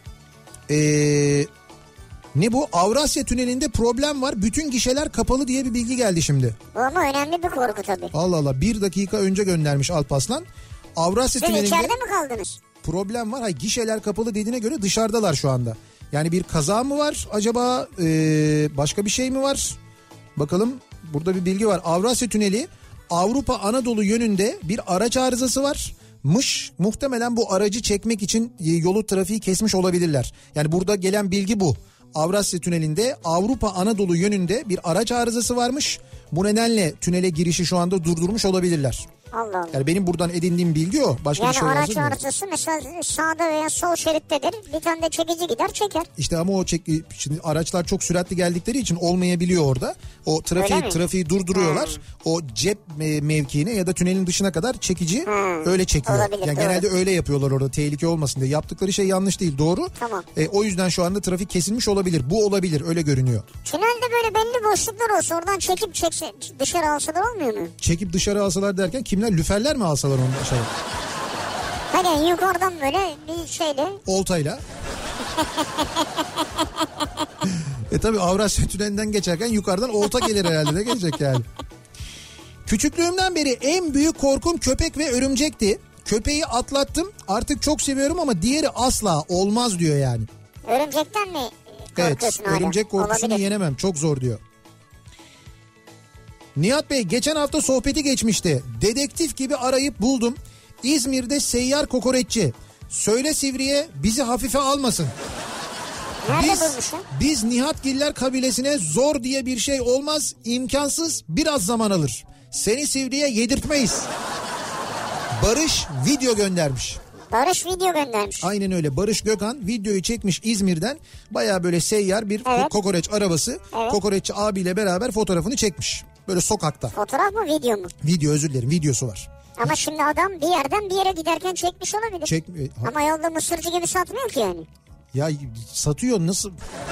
ne bu? Avrasya Tüneli'nde problem var. Bütün gişeler kapalı diye bir bilgi geldi şimdi. Bu ama önemli bir korku tabii. Allah Allah, 1 dakika önce göndermiş Alparslan. Avrasya Siz Tüneli'nde içeride mi kaldınız? problem var. Hayır, gişeler kapalı dediğine göre dışarıdalar şu anda. Yani bir kaza mı var acaba, başka bir şey mi var? Bakalım, burada bir bilgi var. Avrasya Tüneli Avrupa Anadolu yönünde bir araç arızası varmış. Muhtemelen bu aracı çekmek için yolu, trafiği kesmiş olabilirler. Yani burada gelen bilgi bu. Avrasya Tüneli'nde Avrupa Anadolu yönünde bir araç arızası varmış. Bu nedenle tünele girişi şu anda durdurmuş olabilirler. Allah Allah. Yani benim buradan edindiğim bilgi o. Başka bir şey yani araç arızası mesela sağda veya sol şerittedir. Bir tane de çekici gider çeker. İşte ama şimdi araçlar çok süratli geldikleri için olmayabiliyor orada. O trafiği durduruyorlar. O cep mevkiine ya da tünelin dışına kadar çekici öyle çekiyor. Olabilir, yani genelde öyle yapıyorlar orada, tehlike olmasın diye. Yaptıkları şey yanlış değil, doğru. Tamam. O yüzden şu anda trafik kesilmiş olabilir. Bu olabilir, öyle görünüyor. Tünelde böyle belli boşluklar olsa oradan çekip dışarı alsalar olmuyor mu? Çekip dışarı alsalar derken kimler? Lüferler mi alsalar onu dışarı? Hani yukarıdan böyle bir şeyle. Oltayla. Tabii Avrasya Tüneli'nden geçerken yukarıdan olta gelir herhalde, de gelecek yani. Küçüklüğümden beri en büyük korkum köpek ve örümcekti. Köpeği atlattım, artık çok seviyorum ama diğeri asla olmaz diyor yani. Örümcekten mi korkuyorsun hala? Örümcek korkusunu Olabilir. yenemem, çok zor diyor. Nihat Bey, geçen hafta sohbeti geçmişti. Dedektif gibi arayıp buldum. İzmir'de seyyar kokoreççi. Söyle Sivri'ye bizi hafife almasın. Nerede bulmuşsun? Biz Nihatgiller kabilesine zor diye bir şey olmaz, imkansız, biraz zaman alır. Seni Sivri'ye yedirtmeyiz. Barış video göndermiş. Barış video göndermiş. Aynen öyle. Barış Gökhan videoyu çekmiş İzmir'den. Baya böyle seyyar bir kokoreç arabası. Evet. Kokoreççi abiyle beraber fotoğrafını çekmiş. Böyle sokakta. Fotoğraf mı video mu? Video, özür dilerim, videosu var. Ama şimdi adam bir yerden bir yere giderken çekmiş olabilir. Ha, Ama yolda mısırcı gibi satmıyor ki yani. ya satıyor nasıl?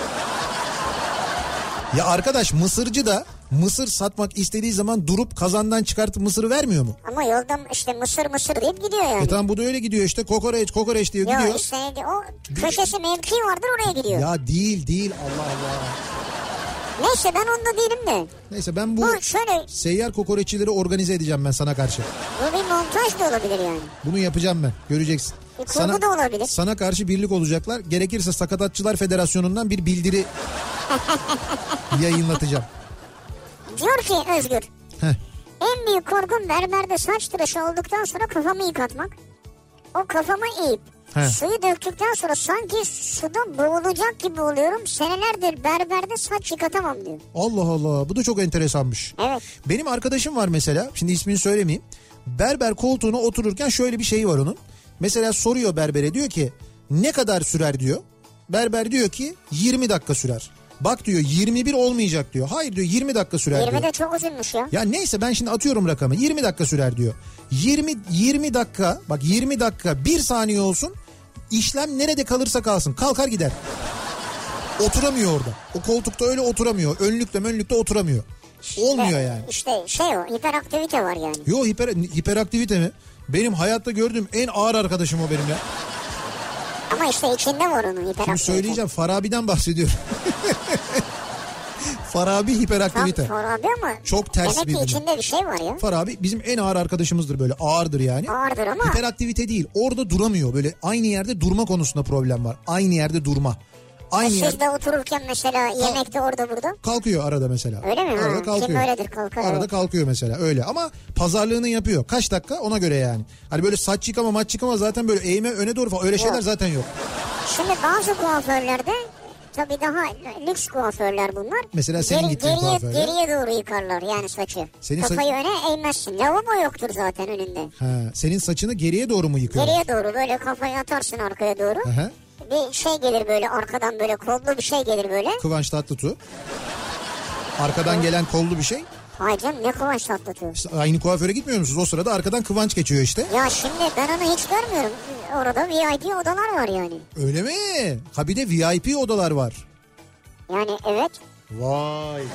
Ya arkadaş, mısırcı da mısır satmak istediği zaman durup kazandan çıkartıp mısırı vermiyor mu? Ama yolda işte mısır deyip gidiyor yani. Tamam, bu da öyle gidiyor işte, kokoreç diyor, gidiyor. Yok işte o köşesi mevki vardır, oraya gidiyor. Ya değil Allah Allah. Neyse ben onda değilim de. Neyse ben bu şöyle, seyyar kokoreççileri organize edeceğim ben sana karşı. bu bir montaj da olabilir yani. Bunu yapacağım ben, göreceksin. Bir kurgu da olabilir. Sana karşı birlik olacaklar. Gerekirse Sakatatçılar Federasyonu'ndan bir bildiri yayınlatacağım. Diyor ki Özgür. Heh. En büyük korkum berberde saç tıraşı olduktan sonra kafamı yıkatmak. O kafamı eğip suyu döktükten sonra sanki suda boğulacak gibi oluyorum. Senelerdir berberde saç yıkatamam diyor. Allah Allah, bu da çok enteresanmış. Evet. Benim arkadaşım var mesela, şimdi ismini söylemeyeyim. Berber koltuğuna otururken şöyle bir şeyi var onun. Mesela soruyor berbere, diyor ki ne kadar sürer diyor. Berber diyor ki 20 dakika sürer. Bak diyor 21 olmayacak diyor. Hayır diyor 20 dakika sürer 20 diyor. 20 de çok uzunmuş ya. Ya neyse, ben şimdi atıyorum rakamı, 20 dakika sürer diyor. 20 dakika, bak 20 dakika 1 saniye olsun, işlem nerede kalırsa kalsın kalkar gider. Oturamıyor orada. O koltukta öyle oturamıyor. Önlükte oturamıyor. Olmuyor yani. İşte o hiperaktivite var yani. Yo, hiperaktivite mi? Benim hayatta gördüğüm en ağır arkadaşım o benim ya. Ama işte içinde var onun hiperaktivite. Şimdi söyleyeceğim, Farabi'den bahsediyorum. Farabi hiperaktivite. Farabi ama çok ters demek ki içinde bir şey var ya. Farabi bizim en ağır arkadaşımızdır, böyle ağırdır yani. Ağırdır ama. Hiperaktivite değil, orada duramıyor, böyle aynı yerde durma konusunda problem var. Aynı yerde durma. Siz de otururken mesela yemekte orada burada. Kalkıyor arada mesela. Öyle mi? Arada kalkıyor. Kim öyledir, kalkar. Arada kalkıyor mesela, öyle, ama pazarlığını yapıyor. Kaç dakika ona göre yani. Hani böyle saç yıkama maç yıkama zaten böyle eğme öne doğru falan, öyle şeyler zaten yok. Şimdi bazı kuaförlerde tabii daha lüks kuaförler bunlar. Mesela senin gittiğin kuaförler. Geriye doğru yıkarlar yani saçı. Kafayı öne eğmezsin. Lavabo yoktur zaten önünde. Senin saçını geriye doğru mu yıkıyorlar? Geriye doğru, böyle kafayı atarsın arkaya doğru. Aha. Bir şey gelir böyle arkadan, böyle kollu bir şey gelir böyle. Kıvanç Tatlıtuğ. Arkadan gelen kollu bir şey. Hayır canım, ne Kıvanç Tatlıtuğ? İşte aynı kuaföre gitmiyor musunuz? O sırada arkadan Kıvanç geçiyor işte. Ya şimdi ben onu hiç görmüyorum. Orada VIP odalar var yani. Öyle mi? Ha, bir de VIP odalar var. Yani evet. Vay.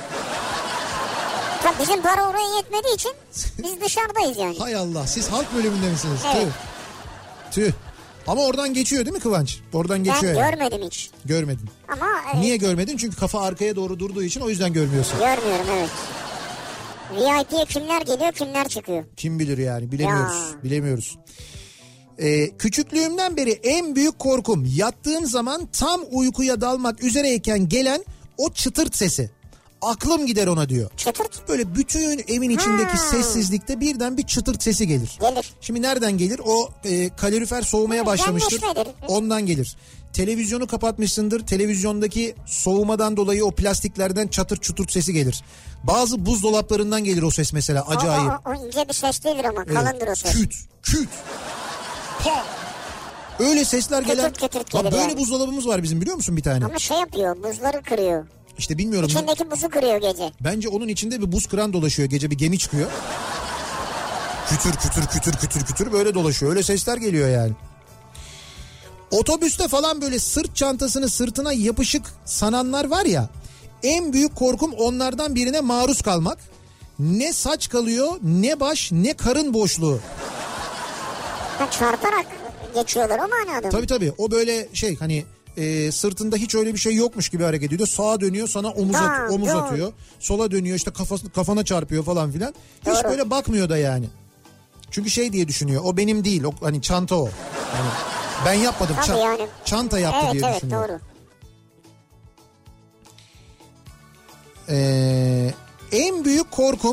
Tabii bizim para oraya yetmediği için biz dışarıdayız yani. Hay Allah, siz halk bölümünde misiniz? Evet. Tüh. Ama oradan geçiyor değil mi Kıvanç? Oradan geçiyor. Ben yani. görmedim hiç. Görmedin. Ama niye görmedin? Çünkü kafa arkaya doğru durduğu için, o yüzden görmüyorsun. Görmüyorum, evet. VIP'ye kimler geliyor, kimler çıkıyor? Kim bilir yani, bilemiyoruz. Küçüklüğümden beri en büyük korkum, yattığım zaman tam uykuya dalmak üzereyken gelen o çıtırt sesi. Aklım gider ona diyor. Çıtırt? Böyle bütün evin içindeki sessizlikte birden bir çıtırt sesi gelir. Gelir. Şimdi nereden gelir? O kalorifer soğumaya başlamıştır. Ondan gelir. Televizyonu kapatmışsındır. Televizyondaki soğumadan dolayı o plastiklerden çatır çutur sesi gelir. Bazı buzdolaplarından gelir o ses mesela, acayip. O ince bir ses değildir ama kalındır o ses. Küt. Pa. Öyle sesler gelen. Kütürt Böyle yani. buzdolabımız var bizim, biliyor musun bir tane? Ama şey yapıyor, buzları kırıyor. İşte bilmiyorum. İçindeki buzu kırıyor gece. Bence onun içinde bir buz kıran dolaşıyor. Gece bir gemi çıkıyor. Kütür böyle dolaşıyor. Öyle sesler geliyor yani. Otobüste falan böyle sırt çantasını sırtına yapışık sananlar var ya. En büyük korkum onlardan birine maruz kalmak. Ne saç kalıyor, ne baş, ne karın boşluğu. Çarparak geçiyorlar o manada. Tabii o böyle şey, hani sırtında hiç öyle bir şey yokmuş gibi hareket ediyor. Sağa dönüyor, sana omuz atıyor. Sola dönüyor, işte kafana çarpıyor falan filan. Hiç böyle bakmıyor da yani. Çünkü şey diye düşünüyor. O benim değil. O hani çanta o. Yani ben yapmadım. Yani. Çanta yaptı diye düşünüyor. Evet, doğru. En büyük korkum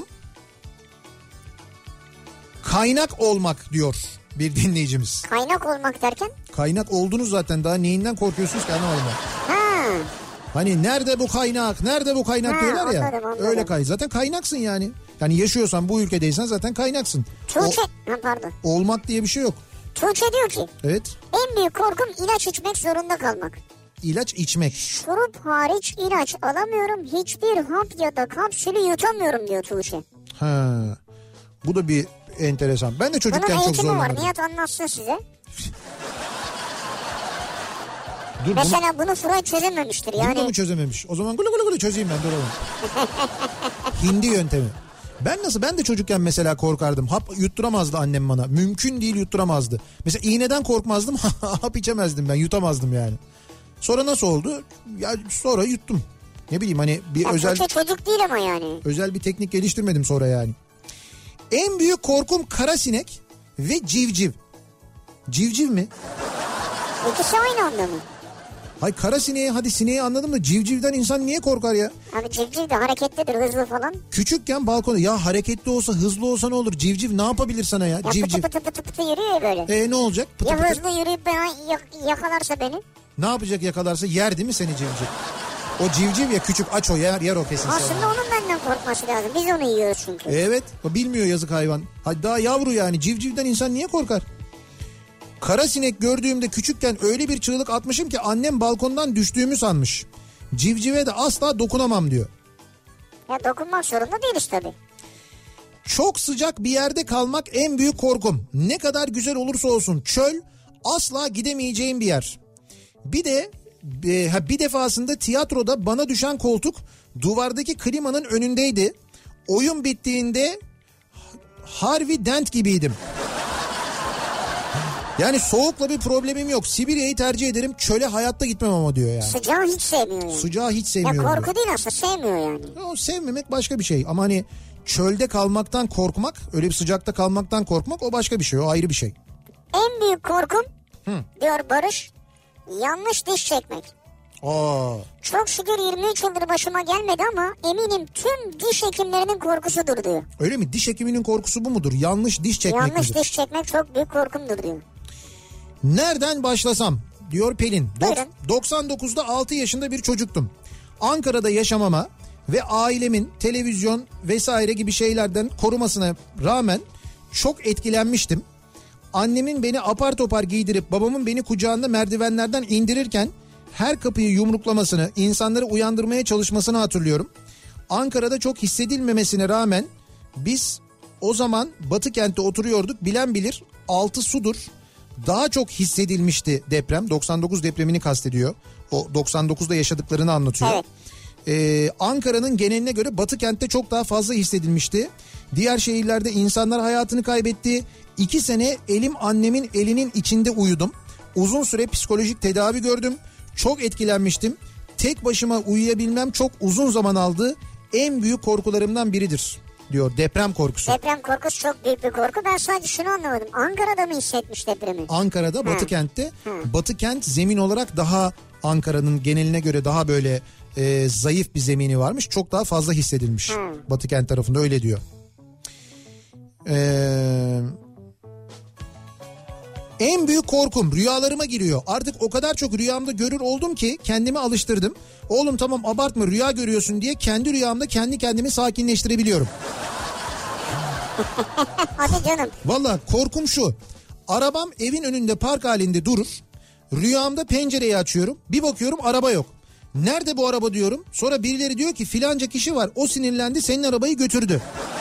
kaynak olmak diyor bir dinleyicimiz. Kaynak olmak derken? Kaynak oldunuz zaten, daha neyinden korkuyorsunuz ki, anlamadım ben. Hani nerede bu kaynak, nerede bu kaynak diyorlar ya. Anladım. Öyle zaten kaynaksın yani. Yani yaşıyorsan bu ülkedeysen zaten kaynaksın. Tuğçe, pardon. Olmak diye bir şey yok. Tuğçe diyor ki. Evet. En büyük korkum ilaç içmek zorunda kalmak. İlaç içmek. Şurup hariç ilaç alamıyorum. Hiçbir hap ya da kapsülü yutamıyorum diyor Tuğçe. Ha. Bu da bir enteresan. Ben de çocukken bunun çok zorlandım. Bunun eğitimi var. Nihat anlatsın size. Dur, mesela bunu Freud çözememiştir yani. Bunu mu çözememiş? O zaman gulu gulu çözeyim ben, dur oğlum. Hindi yöntemi. Ben de çocukken mesela korkardım. Hap yutturamazdı annem bana. Mümkün değil, yutturamazdı. Mesela iğneden korkmazdım. Hap içemezdim ben, yutamazdım yani. Sonra nasıl oldu? Ya sonra yuttum. Ne bileyim hani bir ya özel... çocuk değil ama yani. Özel bir teknik geliştirmedim sonra yani. En büyük korkum karasinek ve civciv. Civciv mi? İkisi aynı anda mı? Hay karasineği, hadi sineği anladım da civcivden insan niye korkar ya? Abi civciv de hareketlidir, hızlı falan. Küçükken balkonda ya hareketli olsa, hızlı olsa ne olur? Civciv ne yapabilir sana ya? Ya Civciv. pıtı pıtı yürüyor ya böyle. Ne olacak? Pıtı ya pıtı. hızlı yürüyüp yakalarsa beni. Ne yapacak yakalarsa? Yer değil mi seni civciv? O civciv ya küçük, aç o, yer o kesin. Aslında onun benden korkması lazım. Biz onu yiyoruz çünkü. Evet, o bilmiyor yazık hayvan. Hadi daha yavru yani, civcivden insan niye korkar? Karasinek gördüğümde küçükken öyle bir çığlık atmışım ki annem balkondan düştüğümü sanmış. Civcive de asla dokunamam diyor. Ya dokunmak zorunda değiliz tabii. Çok sıcak bir yerde kalmak en büyük korkum. Ne kadar güzel olursa olsun çöl asla gidemeyeceğim bir yer. Bir defasında tiyatroda bana düşen koltuk duvardaki klimanın önündeydi. Oyun bittiğinde Harvey Dent gibiydim. Yani soğukla bir problemim yok. Sibirya'yı tercih ederim. Çöle hayatta gitmem ama diyor yani. Sıcağı hiç sevmiyor yani. Sıcağı hiç sevmiyorum. Ya korku değil aslında, sevmiyor yani. O sevmemek başka bir şey. Ama hani çölde kalmaktan korkmak, öyle bir sıcakta kalmaktan korkmak o başka bir şey. O ayrı bir şey. En büyük korkum diyor Barış, yanlış diş çekmek. Çok şükür 23 yıldır başıma gelmedi ama eminim tüm diş hekimlerinin korkusudur diyor. Öyle mi? Diş hekiminin korkusu bu mudur? Yanlış diş çekmek Yanlış midir? diş çekmek çok büyük korkumdur diyor. Nereden başlasam diyor Pelin. Buyurun. 99'da 6 yaşında bir çocuktum. Ankara'da yaşamama ve ailemin televizyon vesaire gibi şeylerden korumasına rağmen çok etkilenmiştim. Annemin beni apar topar giydirip babamın beni kucağında merdivenlerden indirirken her kapıyı yumruklamasını, insanları uyandırmaya çalışmasını hatırlıyorum. Ankara'da çok hissedilmemesine rağmen biz o zaman Batı kentte oturuyorduk. Bilen bilir, altı sudur. Daha çok hissedilmişti deprem. 99 depremini kastediyor. O 99'da yaşadıklarını anlatıyor. Evet. Ankara'nın geneline göre Batı kentte çok daha fazla hissedilmişti. Diğer şehirlerde insanlar hayatını kaybetti. 2 sene elim annemin elinin içinde uyudum. Uzun süre psikolojik tedavi gördüm. Çok etkilenmiştim. Tek başıma uyuyabilmem çok uzun zaman aldı. En büyük korkularımdan biridir diyor, deprem korkusu. Deprem korkusu çok büyük bir korku. Ben sadece şunu anlamadım. Ankara'da mı hissetmiş depremi? Ankara'da, Batı kentte. Batı kent zemin olarak daha, Ankara'nın geneline göre daha böyle zayıf bir zemini varmış. Çok daha fazla hissedilmiş. Batı kent tarafında öyle diyor. En büyük korkum rüyalarıma giriyor. Artık o kadar çok rüyamda görür oldum ki kendimi alıştırdım. Oğlum tamam abartma, rüya görüyorsun diye kendi rüyamda kendi kendimi sakinleştirebiliyorum. Hadi canım. Valla korkum şu. Arabam evin önünde park halinde durur. Rüyamda pencereyi açıyorum. Bir bakıyorum araba yok. Nerede bu araba diyorum. Sonra birileri diyor ki filanca kişi var. O sinirlendi, senin arabayı götürdü.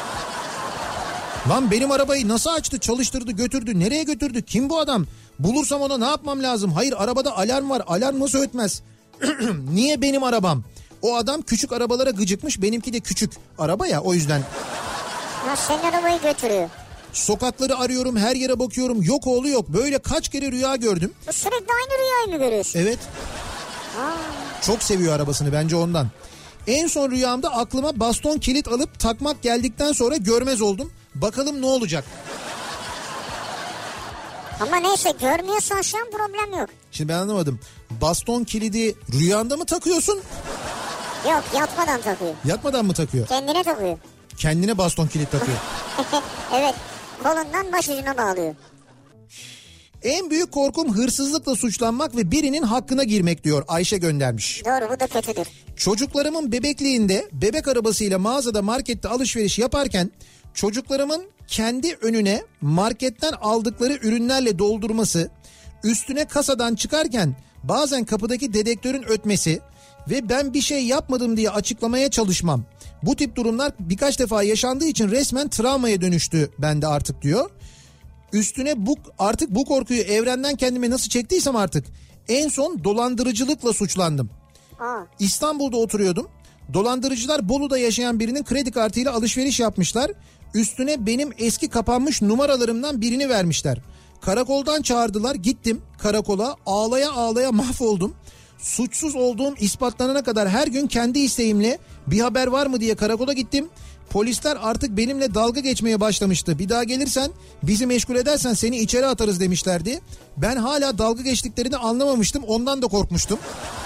Lan benim arabayı nasıl açtı, çalıştırdı, götürdü, nereye götürdü, kim bu adam? Bulursam ona ne yapmam lazım? Hayır, arabada alarm var, alarm nasıl ötmez? Niye benim arabam? O adam küçük arabalara gıcıkmış, benimki de küçük araba ya, o yüzden. Ya senin arabayı götürüyor. Sokakları arıyorum, her yere bakıyorum, yok oğlu yok. Böyle kaç kere rüya gördüm. Sürekli aynı rüyayı mı görüyorsun? Evet. Çok seviyor arabasını, bence ondan. En son rüyamda aklıma baston kilit alıp takmak geldikten sonra görmez oldum. Bakalım ne olacak? Ama neyse, görmüyorsan şu an problem yok. Şimdi ben anlamadım. Baston kilidi rüyanda mı takıyorsun? Yok, yatmadan takıyor. Yatmadan mı takıyor? Kendine takıyor. Kendine baston kilit takıyor. Evet, kolundan başucuna bağlıyor. En büyük korkum hırsızlıkla suçlanmak ve birinin hakkına girmek diyor Ayşe göndermiş. Doğru, bu da kötüdür. Çocuklarımın bebekliğinde bebek arabasıyla mağazada markette alışveriş yaparken çocuklarımın kendi önüne marketten aldıkları ürünlerle doldurması, üstüne kasadan çıkarken bazen kapıdaki dedektörün ötmesi ve ben bir şey yapmadım diye açıklamaya çalışmam. Bu tip durumlar birkaç defa yaşandığı için resmen travmaya dönüştü bende artık diyor. Üstüne artık bu korkuyu evrenden kendime nasıl çektiysem artık en son dolandırıcılıkla suçlandım. İstanbul'da oturuyordum. Dolandırıcılar Bolu'da yaşayan birinin kredi kartıyla alışveriş yapmışlar. Üstüne benim eski kapanmış numaralarımdan birini vermişler. Karakoldan çağırdılar, gittim karakola, ağlaya ağlaya mahvoldum. Suçsuz olduğum ispatlanana kadar her gün kendi isteğimle bir haber var mı diye karakola gittim. Polisler artık benimle dalga geçmeye başlamıştı. Bir daha gelirsen, bizi meşgul edersen seni içeri atarız demişlerdi. Ben hala dalga geçtiklerini anlamamıştım, ondan da korkmuştum.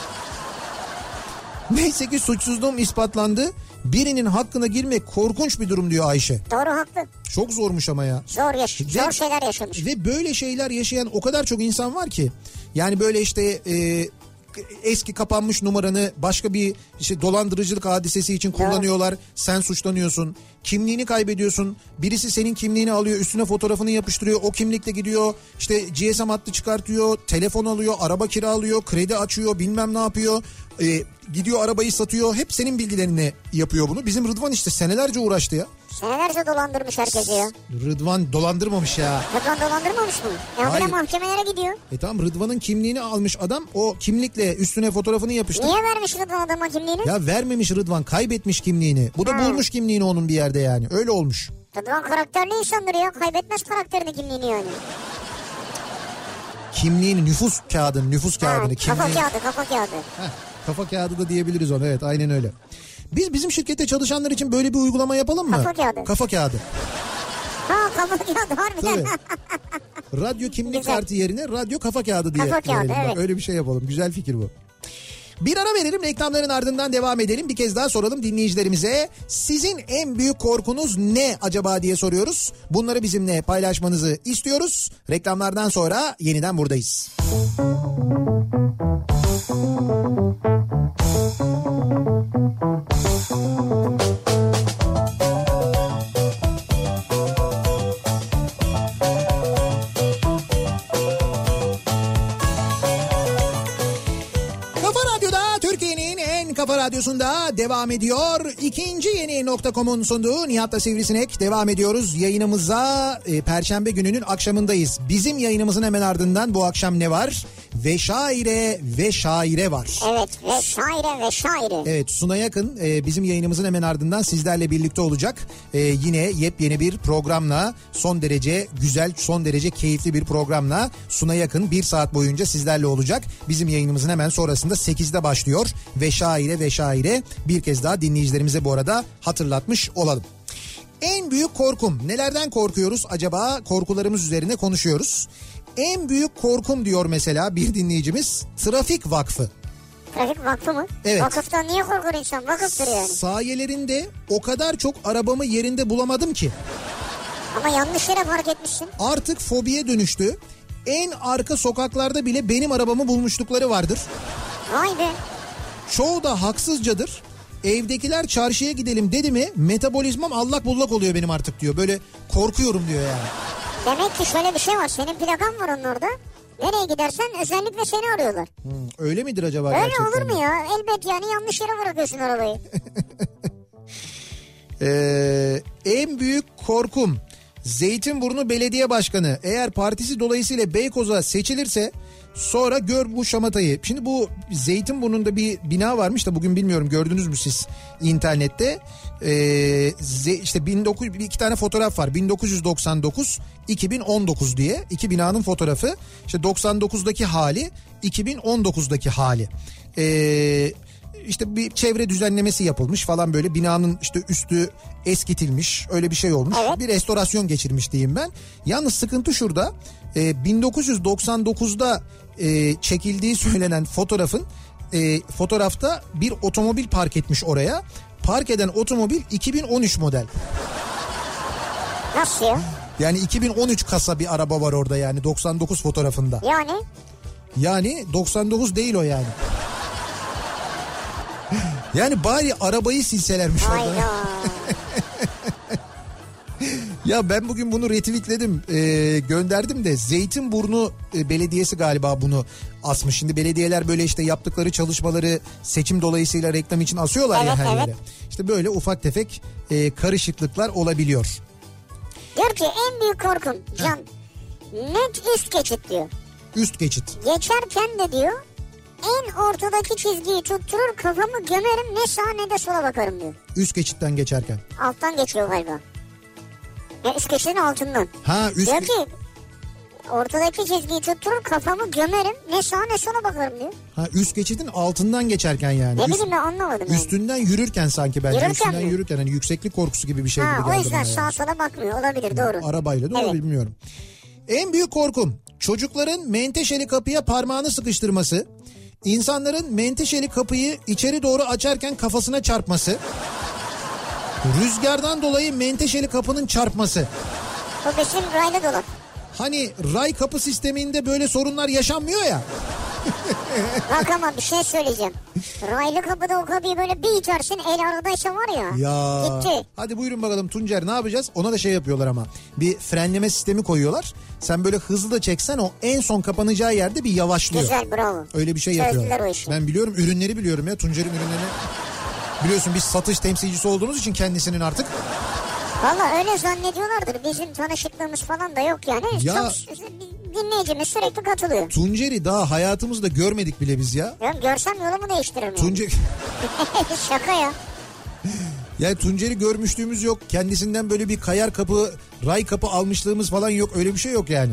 Neyse ki suçsuzluğum ispatlandı. Birinin hakkına girmek korkunç bir durum diyor Ayşe. Doğru, haklı. Çok zormuş ama ya. Zor şeyler yaşamış. Ve böyle şeyler yaşayan o kadar çok insan var ki. Yani böyle işte eski kapanmış numaranı başka bir işte dolandırıcılık hadisesi için kullanıyorlar. Sen suçlanıyorsun. Kimliğini kaybediyorsun. Birisi senin kimliğini alıyor, üstüne fotoğrafını yapıştırıyor. O kimlikle gidiyor. İşte GSM hattı çıkartıyor, telefon alıyor, araba kiralıyor, kredi açıyor, bilmem ne yapıyor. Gidiyor arabayı satıyor. Hep senin bilgilerini yapıyor bunu. Bizim Rıdvan işte senelerce uğraştı ya. Senelerce dolandırmış herkesi ya. Rıdvan dolandırmamış ya. Rıdvan dolandırmamış mı? Ya bir de mahkemelere gidiyor. Tamam, Rıdvan'ın kimliğini almış adam, o kimlikle üstüne fotoğrafını yapıştı. Niye vermiş Rıdvan adama kimliğini? Ya vermemiş Rıdvan, kaybetmiş kimliğini. Bu da bulmuş kimliğini onun bir yerde yani. Öyle olmuş. Rıdvan karakterli insandır ya. Kaybetmez karakterini, kimliğini yani. Kimliğini, nüfus kağıdını. Kafa kağıdı. Kafa kağıdı da diyebiliriz ona, evet, aynen öyle. Bizim şirkette çalışanlar için böyle bir uygulama yapalım mı? Kafa kağıdı. Ha, kafa kağıdı harbiden. Tabii. Radyo kimlik kartı yerine radyo kafa kağıdı diye. Kafa kağıdı, evet. Öyle bir şey yapalım. Güzel fikir bu. Bir ara verelim, reklamların ardından devam edelim. Bir kez daha soralım dinleyicilerimize. Sizin en büyük korkunuz ne acaba diye soruyoruz. Bunları bizimle paylaşmanızı istiyoruz. Reklamlardan sonra yeniden buradayız. Kafa Radyosu'nda devam ediyor. İkinci yeni nokta.com'un sunduğu Nihat'la Sivrisinek devam ediyoruz. Yayınımıza Perşembe gününün akşamındayız. Bizim yayınımızın hemen ardından bu akşam ne var? Ve şaire var. Evet, ve şaire. Evet, Suna Yakın bizim yayınımızın hemen ardından sizlerle birlikte olacak. Yine yepyeni bir programla, son derece güzel, son derece keyifli bir programla Suna Yakın 1 saat boyunca sizlerle olacak. Bizim yayınımızın hemen sonrasında 8'de başlıyor. Ve şaire bir kez daha dinleyicilerimize bu arada hatırlatmış olalım. En büyük korkum, nelerden korkuyoruz acaba, korkularımız üzerine konuşuyoruz. En büyük korkum diyor mesela bir dinleyicimiz, trafik vakfı. Trafik vakfı mı? Evet. Vakıftan niye korkur insan? Vakıftır yani. Sayelerinde o kadar çok arabamı yerinde bulamadım ki. Ama yanlış yere park etmişsin. Artık fobiye dönüştü. En arka sokaklarda bile benim arabamı bulmuşlukları vardır. Vay be. Çoğu da haksızcadır. Evdekiler çarşıya gidelim dedi mi metabolizmam allak bullak oluyor benim artık diyor. Böyle korkuyorum diyor yani. Demek ki şöyle bir şey var. Senin plakan var onun orada. Nereye gidersen özellikle seni arıyorlar. Öyle midir acaba öyle gerçekten? Öyle olur mu ya? Elbet yani, yanlış yere bırakıyorsun arabayı. En büyük korkum Zeytinburnu Belediye Başkanı eğer partisi dolayısıyla Beykoz'a seçilirse sonra gör bu şamatayı. Şimdi bu Zeytinburnu'nda bir bina varmış da bugün bilmiyorum gördünüz mü siz internette. İşte 2 tane fotoğraf var. 1999, 2019 diye 2 binanın fotoğrafı. İşte 99'daki hali, 2019'daki hali. İşte bir çevre düzenlemesi yapılmış falan, böyle binanın işte üstü eskitilmiş, öyle bir şey olmuş. Evet. Bir restorasyon geçirmiş diyeyim ben. Yalnız sıkıntı şurada, 1999'da çekildiği söylenen fotoğrafta bir otomobil park etmiş oraya. Park eden otomobil 2013 model. Nasıl ya? Yani 2013 kasa bir araba var orada yani 99 fotoğrafında. Yani 99 değil o yani. Yani bari arabayı silselermiş orada. Ya ben bugün bunu retweetledim, gönderdim de Zeytinburnu Belediyesi galiba bunu asmış. Şimdi belediyeler böyle işte yaptıkları çalışmaları seçim dolayısıyla reklam için asıyorlar ya her yere. İşte böyle ufak tefek karışıklıklar olabiliyor. Diyor ki en büyük korkum Can net üst geçit diyor. Üst geçit. Geçerken de diyor en ortadaki çizgiyi tutturur kafamı gömerim ne sağa ne de sola bakarım diyor. Üst geçitten geçerken. Alttan geçiyor galiba. Ya üst geçitin altından. Ha üst. Diyor ki ortadaki çizgiyi tutturur kafamı gömerim ne sağa ne sola bakarım diyor. Ha üst geçitin altından geçerken yani. Ne bileyim ben anlamadım yani. Üstünden yürürken sanki bence. Yürürken üstünden mi? yürürken hani yükseklik korkusu gibi bir şey gibi geldi bana. O yüzden sağa sola bakmıyor olabilir doğru. Arabayla da olabilir bilmiyorum. En büyük korkum çocukların menteşeli kapıya parmağını sıkıştırması, insanların menteşeli kapıyı içeri doğru açarken kafasına çarpması, rüzgardan dolayı menteşeli kapının çarpması. O bizim raylı dolap. Hani ray kapı sisteminde böyle sorunlar yaşanmıyor ya. Bak ama bir şey söyleyeceğim. Raylı kapıda o kapıyı böyle bir itersin el aradaysa var ya. Gitti. Hadi buyurun bakalım Tuncer ne yapacağız? Ona da şey yapıyorlar ama. Bir frenleme sistemi koyuyorlar. Sen böyle hızlı da çeksen o en son kapanacağı yerde bir yavaşlıyor. Güzel bravo. Öyle bir şey çözdüler yapıyorlar. O işi. Ben biliyorum ürünleri biliyorum ya Tuncer'in ürünlerini. Biliyorsun biz satış temsilcisi olduğumuz için kendisinin artık. Valla öyle zannediyorlardır. Bizim tanışıklığımız falan da yok yani. Ya, çok dinleyicimiz sürekli katılıyor. Tuncer'i daha hayatımızda görmedik bile biz ya. Ya görsem yolumu değiştiririm. Tuncer... Şaka ya. Yani Tuncer'i görmüşlüğümüz yok. Kendisinden böyle bir kayar kapı, ray kapı almışlığımız falan yok. Öyle bir şey yok yani.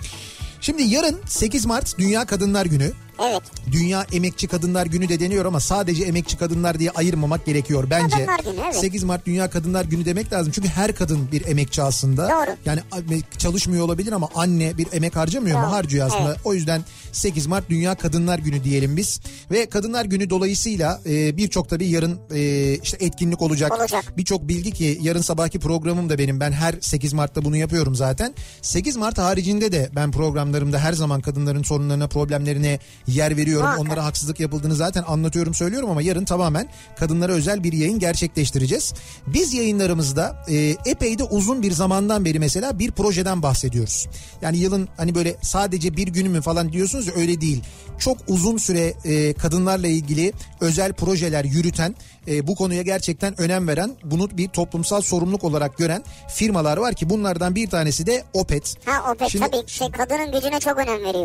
Şimdi yarın 8 Mart Dünya Kadınlar Günü. Evet. Dünya Emekçi Kadınlar Günü de deniyor ama sadece emekçi kadınlar diye ayırmamak gerekiyor bence. Kadınlar Günü, evet. 8 Mart Dünya Kadınlar Günü demek lazım. Çünkü her kadın bir emekçi aslında. Doğru. Yani çalışmıyor olabilir ama anne bir emek harcamıyor mu? Harcıyor aslında. Evet. O yüzden 8 Mart Dünya Kadınlar Günü diyelim biz. Ve Kadınlar Günü dolayısıyla birçok tabii yarın işte etkinlik olacak. Birçok bilgi ki yarın sabahki programım da benim. Ben her 8 Mart'ta bunu yapıyorum zaten. 8 Mart haricinde de ben programlarımda her zaman kadınların sorunlarına, problemlerine yer veriyorum. Onlara haksızlık yapıldığını zaten anlatıyorum, söylüyorum ama yarın tamamen kadınlara özel bir yayın gerçekleştireceğiz. Biz yayınlarımızda epey de uzun bir zamandan beri mesela bir projeden bahsediyoruz. Yani yılın hani böyle sadece bir günü mü falan diyorsunuz ya, öyle değil. Çok uzun süre kadınlarla ilgili özel projeler yürüten, bu konuya gerçekten önem veren, bunu bir toplumsal sorumluluk olarak gören firmalar var ki bunlardan bir tanesi de Opet. Opet. Şimdi, tabii kadının gücüne çok önem veriyor.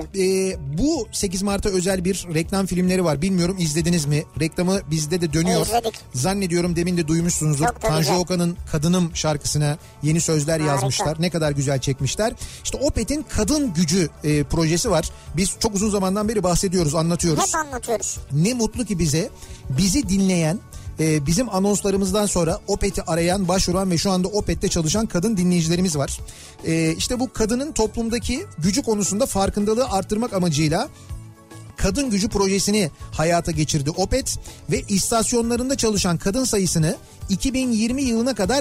Bu 8 Mart'a özel bir reklam filmleri var. Bilmiyorum izlediniz mi? Reklamı bizde de dönüyor. İzledik. Zannediyorum demin de duymuşsunuzdur. Tanju Okan'ın Kadınım şarkısına yeni sözler yazmışlar. Ne kadar güzel çekmişler. İşte Opet'in Kadın Gücü projesi var. Biz çok uzun zamandan beri bahsediyoruz, anlatıyoruz. Hep anlatıyoruz. Ne mutlu ki bizi dinleyen, bizim anonslarımızdan sonra Opet'i arayan, başvuran ve şu anda Opet'te çalışan kadın dinleyicilerimiz var. İşte bu kadının toplumdaki gücü konusunda farkındalığı arttırmak amacıyla Kadın Gücü projesini hayata geçirdi Opet ve istasyonlarında çalışan kadın sayısını 2020 yılına kadar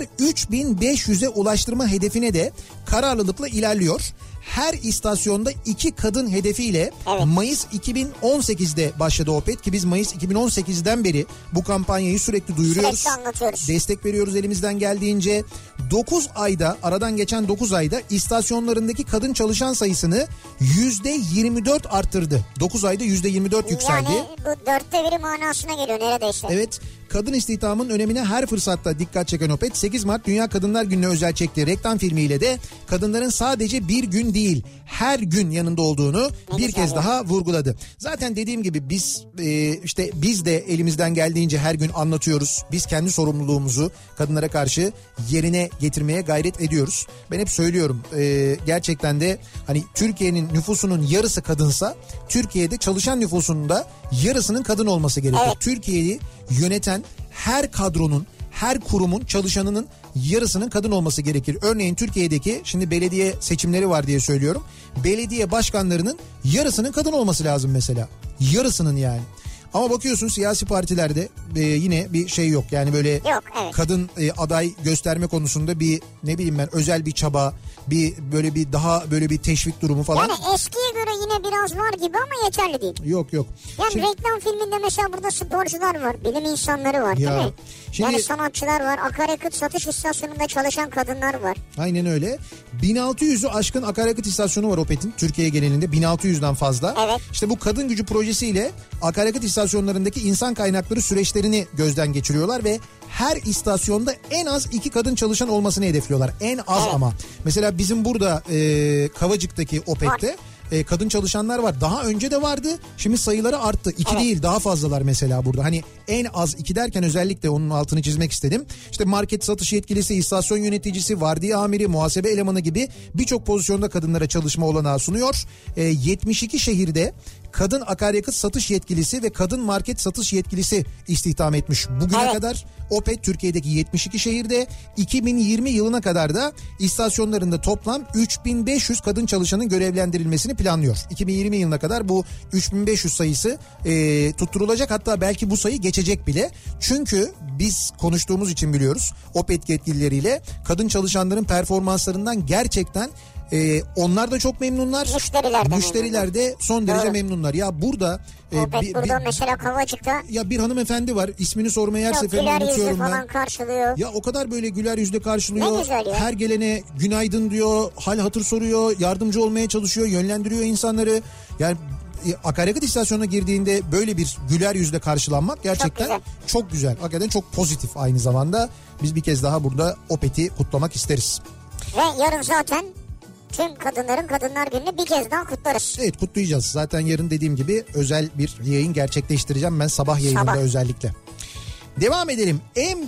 3500'e ulaştırma hedefine de kararlılıkla ilerliyor. Her istasyonda 2 kadın hedefiyle Mayıs 2018'de başladı Opet ki biz Mayıs 2018'den beri bu kampanyayı sürekli duyuruyoruz. Sürekli anlatıyoruz. Destek veriyoruz elimizden geldiğince. 9 ayda, aradan geçen 9 ayda istasyonlarındaki kadın çalışan sayısını %24 arttırdı. 9 ayda %24 yükseldi. Yani bu 1/4 manasına geliyor neredeyse. Evet. Kadın istihdamının önemine her fırsatta dikkat çeken Opet 8 Mart Dünya Kadınlar Günü'ne özel çektiği reklam filmiyle de kadınların sadece bir gün değil her gün yanında olduğunu bir kez daha vurguladı. Zaten dediğim gibi biz de elimizden geldiğince her gün anlatıyoruz. Biz kendi sorumluluğumuzu kadınlara karşı yerine getirmeye gayret ediyoruz. Ben hep söylüyorum gerçekten de hani Türkiye'nin nüfusunun yarısı kadınsa Türkiye'de çalışan nüfusunun da yarısının kadın olması gerekiyor. Evet. Türkiye'yi yöneten her kadronun, her kurumun çalışanının yarısının kadın olması gerekir. Örneğin Türkiye'deki şimdi belediye seçimleri var diye söylüyorum. Belediye başkanlarının yarısının kadın olması lazım mesela. Yarısının yani. Ama bakıyorsun siyasi partilerde yine bir şey yok. Yani böyle yok, evet. kadın aday gösterme konusunda bir ne bileyim ben özel bir çaba, bir böyle bir daha böyle bir teşvik durumu falan. Yani eskiye göre yine biraz var gibi ama yeterli değil. Yok. Yani şimdi, reklam filminde mesela burada sporcular var, bilim insanları var değil mi? Şimdi, yani sanatçılar var, akaryakıt satış istasyonunda çalışan kadınlar var. Aynen öyle. 1600'ü aşkın akaryakıt istasyonu var Opet'in Türkiye genelinde, 1600'den fazla. Evet. İşte bu kadın gücü projesiyle akaryakıt istasyonlarındaki insan kaynakları süreçlerini gözden geçiriyorlar ve her istasyonda en az 2 kadın çalışan olmasını hedefliyorlar. En az, evet. Ama mesela bizim burada Kavacık'taki Opet'te kadın çalışanlar var. Daha önce de vardı. Şimdi sayıları arttı. 2 evet. Değil, daha fazlalar mesela burada. Hani en az 2 derken özellikle onun altını çizmek istedim. İşte market satış yetkilisi, istasyon yöneticisi, vardiya amiri, muhasebe elemanı gibi birçok pozisyonda kadınlara çalışma olanağı sunuyor. 72 şehirde kadın akaryakıt satış yetkilisi ve kadın market satış yetkilisi istihdam etmiş bugüne kadar. Opet Türkiye'deki 72 şehirde 2020 yılına kadar da istasyonlarında toplam 3500 kadın çalışanın görevlendirilmesini planlıyor. 2020 yılına kadar bu 3500 sayısı tutturulacak, hatta belki bu sayı geçecek bile. Çünkü biz konuştuğumuz için biliyoruz Opet yetkilileriyle, kadın çalışanların performanslarından gerçekten onlar da çok memnunlar. Müşteriler de son derece memnunlar. Ya burada burada mesela Kavacık'ta ya bir hanımefendi var, ismini sormaya her seferinde unutuyorum ben. Güler yüzlü falan karşılıyor. Ya o kadar böyle güler yüzle karşılıyor. Ne güzel ya. Her gelene günaydın diyor, hal hatır soruyor, yardımcı olmaya çalışıyor, yönlendiriyor insanları. Yani akaryakıt istasyonuna girdiğinde böyle bir güler yüzle karşılanmak gerçekten çok güzel. Hakikaten çok pozitif aynı zamanda. Biz bir kez daha burada Opet'i kutlamak isteriz. Ve yarın zaten tüm kadınların Kadınlar Günü'nü bir kez daha kutlarız. Evet, kutlayacağız. Zaten yarın dediğim gibi özel bir yayın gerçekleştireceğim ben, sabah yayınında özellikle. Devam edelim. En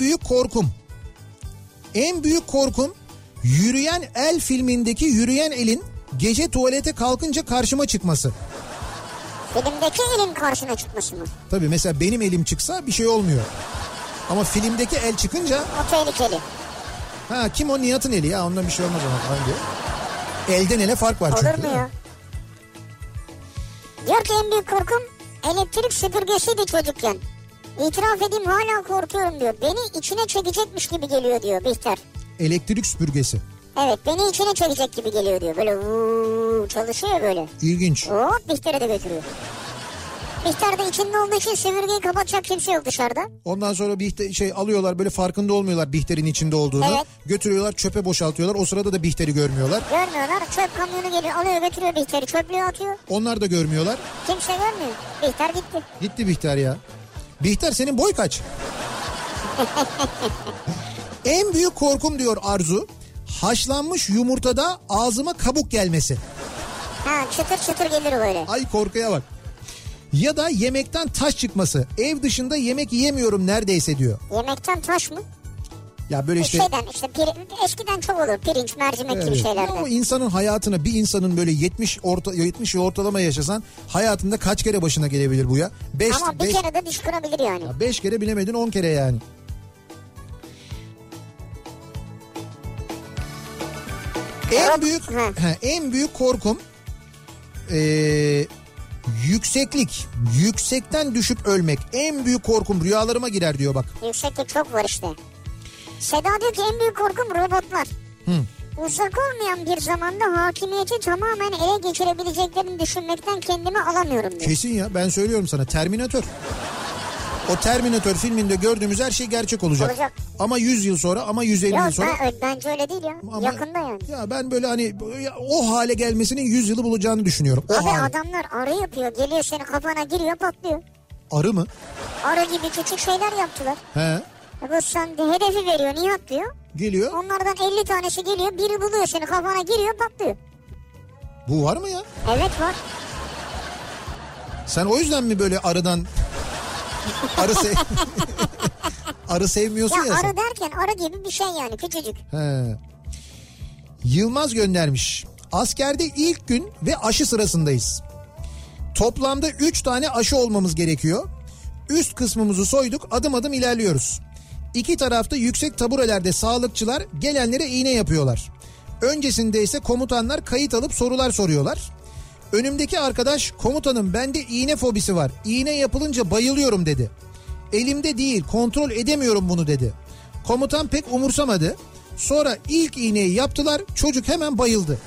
büyük korkum Yürüyen El filmindeki yürüyen elin gece tuvalete kalkınca karşıma çıkması. Filmdeki elin karşına çıkması mı? Tabii mesela benim elim çıksa bir şey olmuyor. Ama filmdeki el çıkınca... O tehlikeli. Ha, kim o? Nihat'ın eli ya, ondan bir şey olmaz ona falan diyor. Elden ele fark var çünkü. Olur mu ya? Diyor ki en büyük korkum elektrik süpürgesiydi çocukken. İtiraf edeyim hala korkuyorum diyor. Beni içine çekecekmiş gibi geliyor diyor Bihter. Elektrik süpürgesi. Evet, beni içine çekecek gibi geliyor diyor. Böyle çalışıyor böyle. İlginç. Bihter'e de götürüyor. Bihter de içinde olduğu için süpürgeyi kapatacak kimse yok dışarıda. Ondan sonra alıyorlar, böyle farkında olmuyorlar Bihter'in içinde olduğunu. Evet. Götürüyorlar, çöpe boşaltıyorlar. O sırada da Bihter'i görmüyorlar. Çöp kamyonu geliyor, alıyor götürüyor Bihter'i, çöplüğe atıyor. Onlar da görmüyorlar. Kimse görmüyor. Bihter gitti. Gitti Bihter ya. Bihter, senin boy kaç? En büyük korkum diyor Arzu, haşlanmış yumurtada ağzıma kabuk gelmesi. Çıtır çıtır gelir böyle. Ay, korkuya bak. Ya da yemekten taş çıkması. Ev dışında yemek yiyemiyorum neredeyse diyor. Yemekten taş mı? Ya böyle işte... eskiden çok olur, pirinç, mercimek gibi şeylerden. Ama insanın hayatına, bir insanın böyle 70 yıl ortalama yaşasan hayatında kaç kere başına gelebilir bu ya? Ama bir kere de diş kırabilir yani. 5 kere bilemedin, 10 kere yani. En büyük korkum yükseklik. Yüksekten düşüp ölmek. En büyük korkum, rüyalarıma girer diyor bak. Yükseklik çok var işte. Seda diyor ki en büyük korkum robotlar. Uzak olmayan bir zamanda hakimiyeti tamamen ele geçirebileceklerini düşünmekten kendimi alamıyorum diyor. Kesin ya, ben söylüyorum sana, Terminator. O Terminator filminde gördüğümüz her şey gerçek olacak. Ama 100 yıl sonra, ama 150 yıl sonra. Bence öyle değil ya. Ama, yakında yani. Ya ben böyle hani o hale gelmesinin 100 yılı bulacağını düşünüyorum. Adamlar arı yapıyor. Geliyor senin kafana giriyor, patlıyor. Arı mı? Arı gibi küçük şeyler yaptılar. He. Bu sen hedefi veriyor, Nihat diyor. Geliyor. Onlardan 50 tanesi geliyor. Biri buluyor seni, kafana giriyor, patlıyor. Bu var mı ya? Evet, var. Sen o yüzden mi böyle arıdan... Arı sevmiyorsun ya sen. Arı derken arı gibi bir şey yani, küçücük. Yılmaz göndermiş. Askerde ilk gün ve aşı sırasındayız. Toplamda 3 tane aşı olmamız gerekiyor. Üst kısmımızı soyduk, adım adım ilerliyoruz. İki tarafta yüksek taburelerde sağlıkçılar gelenlere iğne yapıyorlar. Öncesinde ise komutanlar kayıt alıp sorular soruyorlar. Önümdeki arkadaş, komutanım bende iğne fobisi var, İğne yapılınca bayılıyorum dedi. Elimde değil, kontrol edemiyorum bunu dedi. Komutan pek umursamadı. Sonra ilk iğneyi yaptılar, çocuk hemen bayıldı.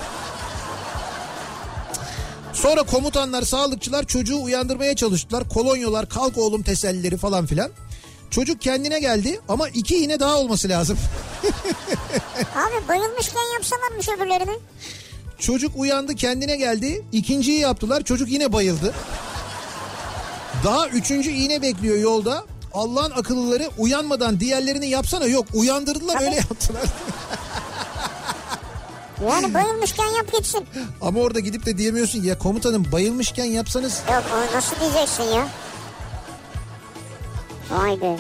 Sonra komutanlar, sağlıkçılar çocuğu uyandırmaya çalıştılar. Kolonyalar, kalk oğlum tesellileri falan filan. Çocuk kendine geldi ama 2 iğne daha olması lazım. Abi bayılmışken yapsalarmış öbürlerini. Çocuk uyandı, kendine geldi. 2.'yi yaptılar, çocuk yine bayıldı. Daha 3. iğne bekliyor yolda. Allah'ın akıllıları uyanmadan diğerlerini yapsana. Yok, uyandırdılar, öyle yaptılar. Yani bayılmışken yap gitsin. Ama orada gidip de diyemiyorsun ya komutanım bayılmışken yapsanız. Yok, o nasıl diyeceksin ya? Vay be.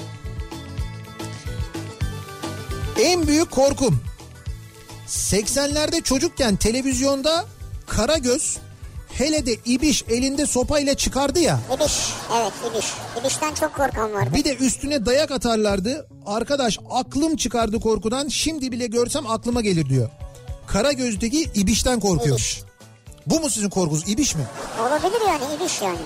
En büyük korkum 80'lerde çocukken televizyonda Karagöz, hele de İbiş elinde sopayla çıkardı ya. İbiş, evet İbiş. İbiş'ten çok korkan vardı. Bir de üstüne dayak atarlardı. Arkadaş aklım çıkardı korkudan, şimdi bile görsem aklıma gelir diyor. Karagöz'deki İbiş'ten korkuyor. İbiş. Bu mu sizin korkunuz, İbiş mi? Olabilir yani, İbiş yani.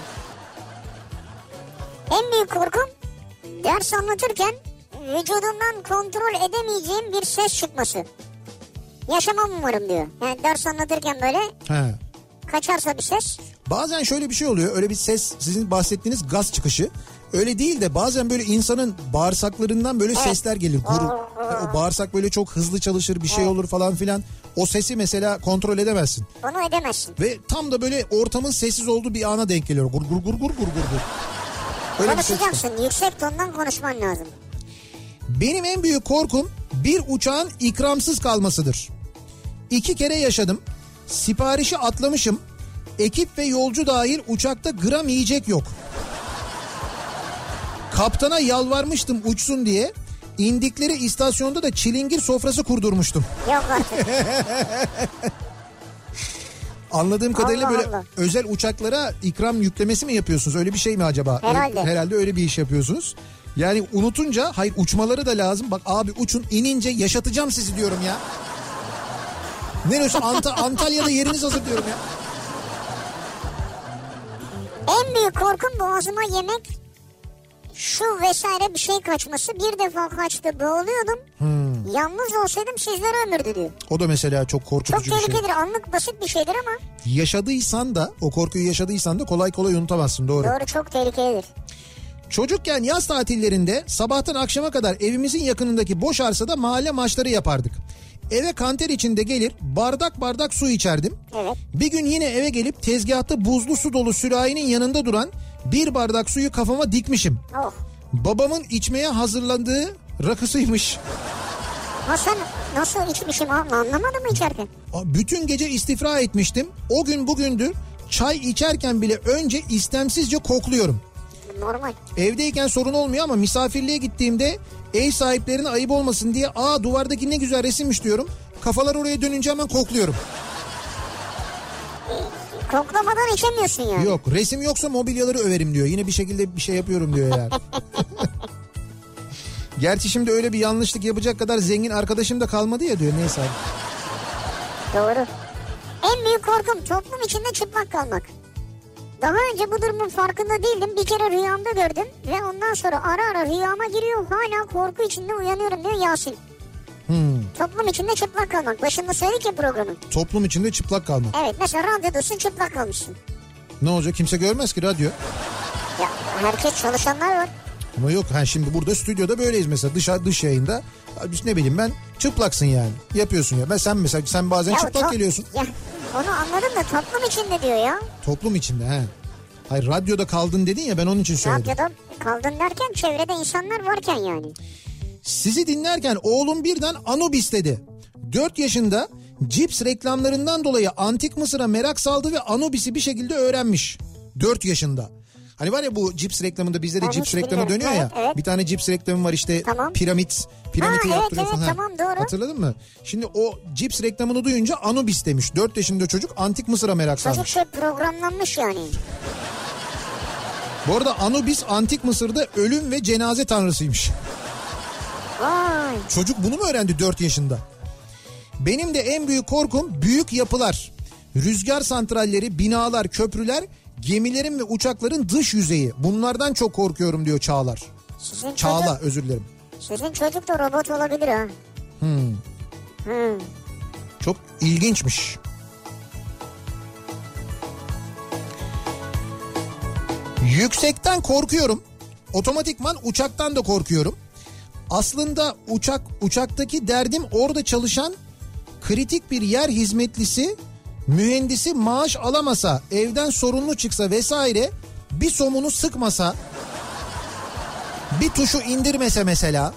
En büyük korkum ders anlatırken vücudumdan kontrol edemeyeceğim bir ses çıkması. Yaşamam umarım diyor. Yani ders anlatırken böyle He. kaçarsa bir ses. Bazen şöyle bir şey oluyor. Öyle bir ses, sizin bahsettiğiniz gaz çıkışı. Öyle değil de bazen böyle insanın bağırsaklarından böyle sesler gelir. O bağırsak böyle çok hızlı çalışır, bir şey olur falan filan. O sesi mesela kontrol edemezsin. Onu edemezsin. Ve tam da böyle ortamın sessiz olduğu bir ana denk geliyor. Gur gur gur gur gur gur. Öyle bir ses var. Konuşacaksın. Yüksek tondan konuşman lazım. Benim en büyük korkum bir uçağın ikramsız kalmasıdır. 2 kere yaşadım. Siparişi atlamışım. Ekip ve yolcu dahil uçakta gram yiyecek yok. Kaptana yalvarmıştım uçsun diye. İndikleri istasyonda da çilingir sofrası kurdurmuştum. Yok artık. Anladığım kadarıyla Allah böyle Allah. özel uçaklara ikram yüklemesi mi yapıyorsunuz? Öyle bir şey mi acaba? Herhalde. Herhalde öyle bir iş yapıyorsunuz. Yani unutunca, hayır uçmaları da lazım. Bak abi uçun, inince yaşatacağım sizi diyorum ya. Neresi? Antalya'da yeriniz hazır diyorum ya. En büyük korkum boğazıma yemek, şu vesaire bir şey kaçması. Bir defa kaçtı, boğuluyordum. Yalnız olsaydım sizlere ömürdü diyor. O da mesela çok korkutucu Çok bir şey. tehlikelidir. Anlık basit bir şeydir ama. Yaşadıysan da, o korkuyu yaşadıysan da kolay kolay unutamazsın, doğru. Doğru, çok tehlikelidir. Çocukken yaz tatillerinde sabahtan akşama kadar evimizin yakınındaki boş arsada mahalle maçları yapardık. Eve kanter içinde gelir bardak bardak su içerdim. Evet. Bir gün yine eve gelip tezgahta buzlu su dolu sürahinin yanında duran bir bardak suyu kafama dikmişim. Oh. Babamın içmeye hazırlandığı rakısıymış. Ha sen nasıl içmişim anlamadın mı içerken? Bütün gece istifra etmiştim. O gün bugündür çay içerken bile önce istemsizce kokluyorum. Normal. Evdeyken sorun olmuyor ama misafirliğe gittiğimde ev sahiplerine ayıp olmasın diye duvardaki ne güzel resimmiş diyorum. Kafalar oraya dönünce hemen kokluyorum. Koklamadan içemiyorsun yani. Yok, resim yoksa mobilyaları överim diyor. Yine bir şekilde bir şey yapıyorum diyor yani. Gerçi şimdi öyle bir yanlışlık yapacak kadar zengin arkadaşım da kalmadı ya diyor. Neyse. Doğru. En büyük korkum toplum içinde çıplak kalmak. Daha önce bu durumun farkında değildim. Bir kere rüyamda gördüm ve ondan sonra ara ara rüyama giriyor. Hala korku içinde uyanıyorum diyor Yasin. Toplum içinde çıplak kalmak. Başında söyledik ya programın. Toplum içinde çıplak kalmak. Evet, mesela radyodasın, çıplak kalmışsın. Ne olacak? Kimse görmez ki radyo. Ya herkes, çalışanlar var. Ama yok, şimdi burada stüdyoda böyleyiz mesela, dış yayında. Ne bileyim ben, çıplaksın yani. Yapıyorsun ya. Sen bazen çıplak geliyorsun. Ya onu anladım da toplum içinde diyor ya. Toplum içinde he. Hayır, radyoda kaldın dedin ya, ben onun için söyledim. Radyoda kaldın derken çevrede insanlar varken yani. Sizi dinlerken oğlum birden Anubis dedi. 4 yaşında cips reklamlarından dolayı antik Mısır'a merak saldı ve Anubis'i bir şekilde öğrenmiş. 4 yaşında. Hani var ya bu cips reklamında, bizde de Ben cips reklamı dönüyor ya. Evet. Bir tane cips reklamı var işte, tamam. Piramiti yaptırıyorsun. Evet, tamam, doğru. Hatırladın mı? Şimdi o cips reklamını duyunca Anubis demiş. 4 yaşında çocuk antik Mısır'a merak salmış. Çocuk programlanmış yani. Bu arada Anubis antik Mısır'da ölüm ve cenaze tanrısıymış. Vay. Çocuk bunu mu öğrendi 4 yaşında? Benim de en büyük korkum büyük yapılar. Rüzgar santralleri, binalar, köprüler Gemilerin ve uçakların dış yüzeyi. Bunlardan çok korkuyorum diyor Çağlar. Çağla özür dilerim. Sizin çocuk da robot olabilir ha. Çok ilginçmiş. Yüksekten korkuyorum. Otomatikman uçaktan da korkuyorum. Aslında uçaktaki derdim orada çalışan kritik bir yer hizmetlisi, mühendisi maaş alamasa, evden sorunlu çıksa vesaire, bir somunu sıkmasa, bir tuşu indirmese mesela.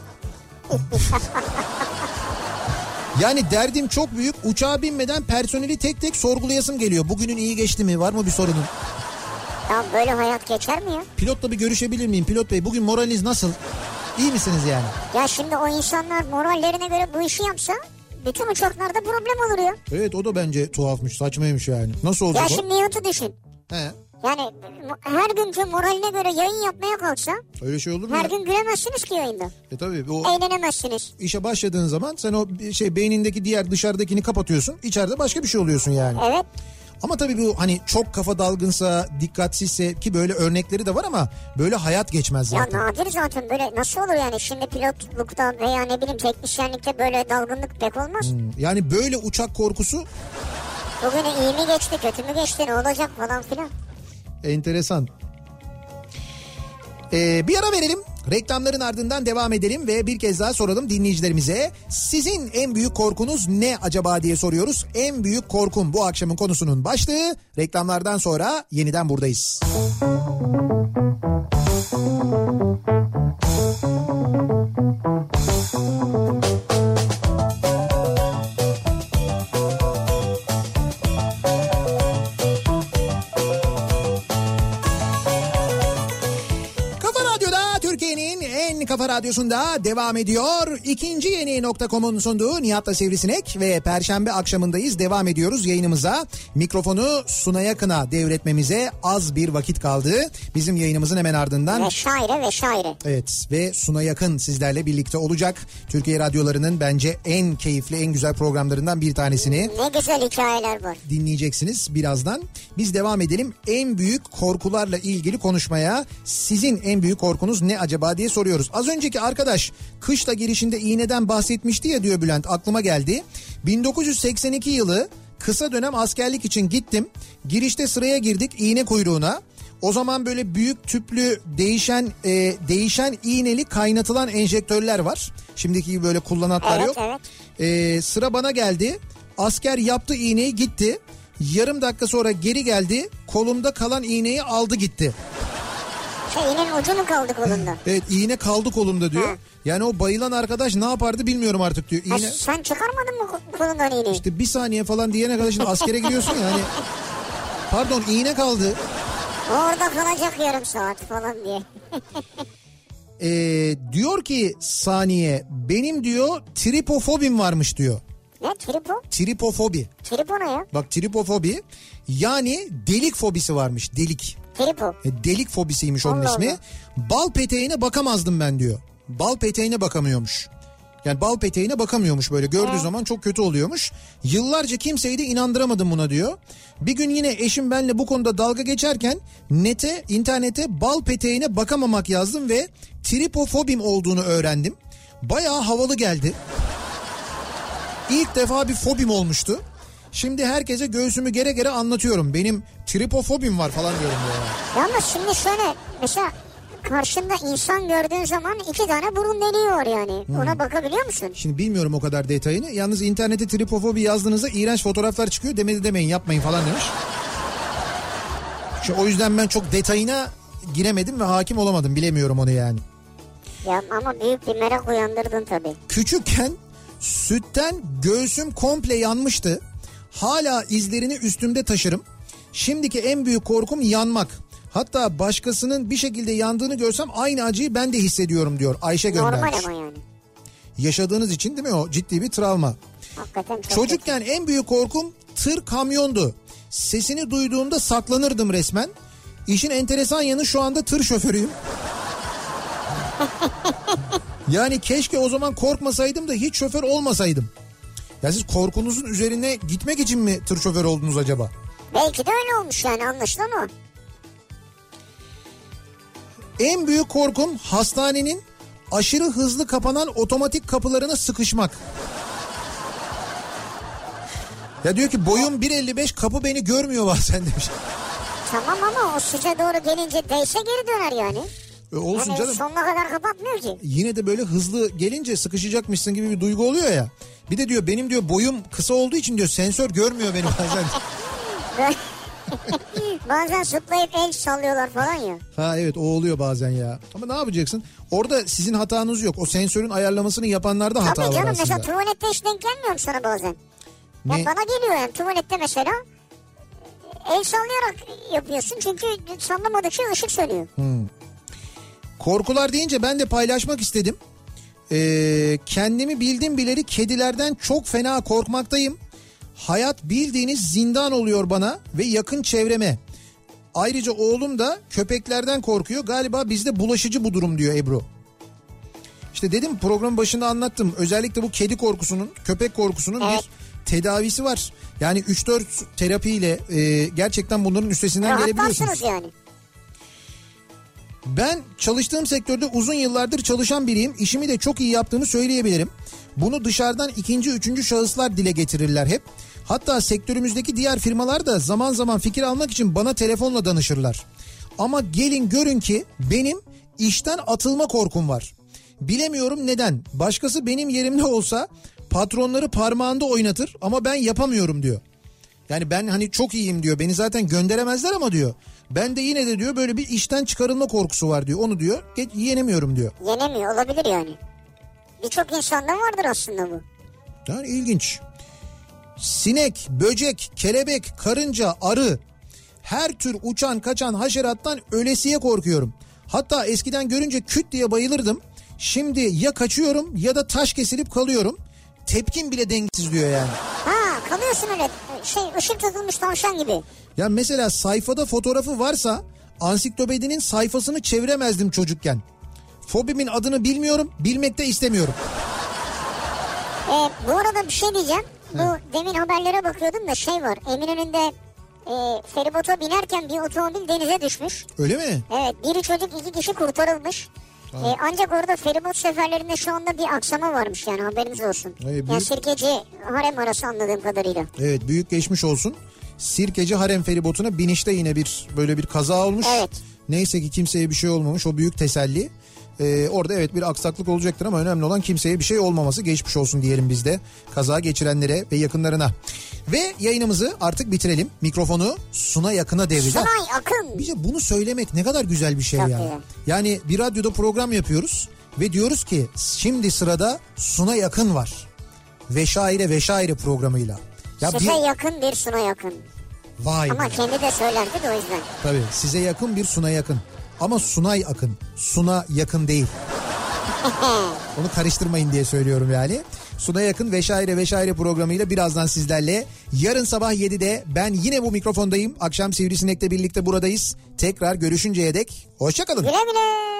Yani derdim çok büyük. Uçağa binmeden personeli tek tek sorgulayasım geliyor. Bugünün iyi geçti mi? Var mı bir sorunun? Ya böyle hayat geçer mi ya? Pilotla bir görüşebilir miyim? Pilot bey, bugün moraliniz nasıl? İyi misiniz yani? Ya şimdi o insanlar morallerine göre bu işi yapsa bütün uçaklarda problem olur ya. Evet, o da bence tuhafmış, saçmaymış yani. Nasıl olacak ya o? şimdi Nihat'ı düşün. He. Yani her günkü moraline göre yayın yapmaya kalksa Öyle şey olur mu? her gün gülemezsiniz ki yayında. Tabii. Eğlenemezsiniz. İşe başladığın zaman sen o beynindeki diğer dışarıdakini kapatıyorsun. İçeride başka bir şey oluyorsun yani. Evet. Ama tabii bu hani çok kafa dalgınsa, dikkatsizse, ki böyle örnekleri de var ama böyle hayat geçmez zaten. Ya nadir zaten, böyle nasıl olur yani, şimdi pilotlukta veya ne bileyim teknisyenlikte böyle dalgınlık pek olmaz. Yani böyle uçak korkusu. Bugün iyi mi geçti, kötü mü geçti, ne olacak falan filan. Enteresan. Bir ara verelim. Reklamların ardından devam edelim ve bir kez daha soralım dinleyicilerimize. Sizin en büyük korkunuz ne acaba diye soruyoruz. En büyük korkum bu akşamın konusunun başlığı. Reklamlardan sonra yeniden buradayız. Kafa Radyosu'nda devam ediyor. İkinci yeni nokta.com'un sunduğu Nihat'la Sivrisinek ve Perşembe akşamındayız. Devam ediyoruz yayınımıza. Mikrofonu Sunay Akın'a devretmemize az bir vakit kaldı. Bizim yayınımızın hemen ardından. Vesaire. Evet, ve Sunay Akın sizlerle birlikte olacak. Türkiye radyolarının bence en keyifli, en güzel programlarından bir tanesini. Ne güzel hikayeler var. Dinleyeceksiniz birazdan. Biz devam edelim. En büyük korkularla ilgili konuşmaya. Sizin en büyük korkunuz ne acaba diye soruyoruz. Az önceki arkadaş kışla girişinde iğneden bahsetmişti ya, diyor Bülent, aklıma geldi. 1982 yılı kısa dönem askerlik için gittim. Girişte sıraya girdik iğne kuyruğuna. O zaman böyle büyük tüplü değişen iğneli kaynatılan enjektörler var. Şimdiki gibi böyle kullanatlar yok. Evet. Sıra bana geldi. Asker yaptı iğneyi, gitti. Yarım dakika sonra geri geldi. Kolumda kalan iğneyi aldı gitti. İğnenin ucu mu kaldı kolunda? Evet, iğne kaldı kolumda diyor. Ha. Yani o bayılan arkadaş ne yapardı bilmiyorum artık diyor. İğne... Sen çıkarmadın mı kolundan iğneyi? İşte bir saniye falan diyene kadar, şimdi askere gidiyorsun ya hani. Pardon, iğne kaldı. Orada kalacak yarım saat falan diye. Diyor ki Saniye, benim diyor tripofobim varmış diyor. Ne tripo? Tripofobi. Tripo ne ya? Bak, tripofobi yani delik fobisi varmış, delik. Tripo. Delik fobisiymiş onun ismi. Allah. Bal peteğine bakamazdım ben diyor. Bal peteğine bakamıyormuş. Yani bal peteğine bakamıyormuş, böyle gördüğü zaman çok kötü oluyormuş. Yıllarca kimseyi de inandıramadım buna diyor. Bir gün yine eşim benimle bu konuda dalga geçerken internete bal peteğine bakamamak yazdım ve tripofobim olduğunu öğrendim. Bayağı havalı geldi. İlk defa bir fobim olmuştu. Şimdi herkese göğsümü gere gere anlatıyorum. Benim tripofobim var falan diyorum ya. Yalnız şimdi şöyle, mesela karşında insan gördüğün zaman 2 tane burun deliği var yani. Ona bakabiliyor musun? Şimdi bilmiyorum o kadar detayını. Yalnız internete tripofobi yazdığınızda iğrenç fotoğraflar çıkıyor. Demedi demeyin, yapmayın falan demiş. O yüzden ben çok detayına giremedim ve hakim olamadım. Bilemiyorum onu yani. Ya ama büyük bir merak uyandırdın tabii. Küçükken sütten göğsüm komple yanmıştı. Hala izlerini üstümde taşırım. Şimdiki en büyük korkum yanmak. Hatta başkasının bir şekilde yandığını görsem aynı acıyı ben de hissediyorum diyor Ayşe göndermiş. Normal ama yani. Yaşadığınız için değil mi o? Ciddi bir travma. Hakikaten çok Çocukken kötü. en büyük korkum tır, kamyondu. Sesini duyduğumda saklanırdım resmen. İşin enteresan yanı, şu anda tır şoförüyüm. Yani keşke o zaman korkmasaydım da hiç şoför olmasaydım. Ya siz korkunuzun üzerine gitmek için mi tır şoförü oldunuz acaba? Belki de öyle olmuş yani, anlaşılan o. En büyük korkum hastanenin aşırı hızlı kapanan otomatik kapılarına sıkışmak. Ya diyor ki boyum 1.55, kapı beni görmüyor bazen demiş. Tamam ama o size doğru gelince değse geri döner yani. Olsun yani canım. sonuna kadar kapatmıyor ki. Yine de böyle hızlı gelince sıkışacakmışsın gibi bir duygu oluyor ya. Bir de diyor benim diyor boyum kısa olduğu için diyor sensör görmüyor beni bazen. Bazen zıplayıp el sallıyorlar falan ya. Ha evet, o oluyor bazen ya. Ama ne yapacaksın? Orada sizin hatanız yok. O sensörün ayarlamasını yapanlarda hata var aslında. Tabii canım, mesela tuvalette hiç denk gelmiyor mu sana bazen? Ya bana geliyor yani tuvalette mesela. El sallayarak yapıyorsun çünkü sallamadıkça ışık sönüyor. Korkular deyince ben de paylaşmak istedim. Kendimi bildim bileli kedilerden çok fena korkmaktayım. Hayat bildiğiniz zindan oluyor bana ve yakın çevreme. Ayrıca oğlum da köpeklerden korkuyor. Galiba bizde bulaşıcı bu durum diyor Ebru. İşte dedim, programın başında anlattım. Özellikle bu kedi korkusunun, köpek korkusunun bir tedavisi var. Yani 3-4 terapiyle gerçekten bunların üstesinden gelebiliyorsunuz. Yani. Ben çalıştığım sektörde uzun yıllardır çalışan biriyim. İşimi de çok iyi yaptığımı söyleyebilirim. Bunu dışarıdan ikinci, üçüncü şahıslar dile getirirler hep. Hatta sektörümüzdeki diğer firmalar da zaman zaman fikir almak için bana telefonla danışırlar. Ama gelin görün ki benim işten atılma korkum var. Bilemiyorum neden. Başkası benim yerimde olsa patronları parmağında oynatır ama ben yapamıyorum diyor. Yani ben hani çok iyiyim diyor. Beni zaten gönderemezler ama diyor. Ben de yine de diyor böyle bir işten çıkarılma korkusu var diyor. Onu diyor yenemiyorum diyor. Yenemiyor olabilir yani. Birçok insanda vardır aslında bu. Yani ilginç. Sinek, böcek, kelebek, karınca, arı, her tür uçan kaçan haşerattan ölesiye korkuyorum. Hatta eskiden görünce küt diye bayılırdım. Şimdi ya kaçıyorum ya da taş kesilip kalıyorum. Tepkim bile dengesiz diyor yani. Ha, kalıyorsun öyle ışık tutulmuş tavşan gibi. Ya mesela sayfada fotoğrafı varsa ansiklopedinin sayfasını çeviremezdim çocukken. Fobimin adını bilmiyorum, bilmek de istemiyorum. Bu arada bir şey diyeceğim. Bu demin haberlere bakıyordum da var. Eminönü'nde feribota binerken bir otomobil denize düşmüş. Öyle mi? Evet, biri çocuk 2 kişi kurtarılmış. Ancak orada feribot seferlerinde şu anda bir aksama varmış yani, haberiniz olsun. Yani Sirkeci Harem arası anladığım kadarıyla. Evet, büyük geçmiş olsun. Sirkeci Harem feribotuna binişte yine böyle bir kaza olmuş. Evet. Neyse ki kimseye bir şey olmamış, o büyük teselli. Orada evet bir aksaklık olacaktır ama önemli olan kimseye bir şey olmaması. Geçmiş olsun diyelim biz de kaza geçirenlere ve yakınlarına. Ve yayınımızı artık bitirelim. Mikrofonu Suna Yakın'a devreceğim. Suna Yakın. Bize bunu söylemek ne kadar güzel bir şey ya. Yani. Yani bir radyoda program yapıyoruz ve diyoruz ki şimdi sırada Suna Yakın var. Veşaire programıyla. Ya size yakın bir Suna Yakın. Vay ama kendi de söylerdi de o yüzden. Tabii size yakın bir Suna Yakın. Ama Sunay Akın. Suna Yakın değil. Onu karıştırmayın diye söylüyorum yani. Suna Yakın Veşaire programıyla birazdan sizlerle. Yarın sabah 7'de ben yine bu mikrofondayım. Akşam Sivrisinek'le birlikte buradayız. Tekrar görüşünceye dek hoşça kalın. Güle güle.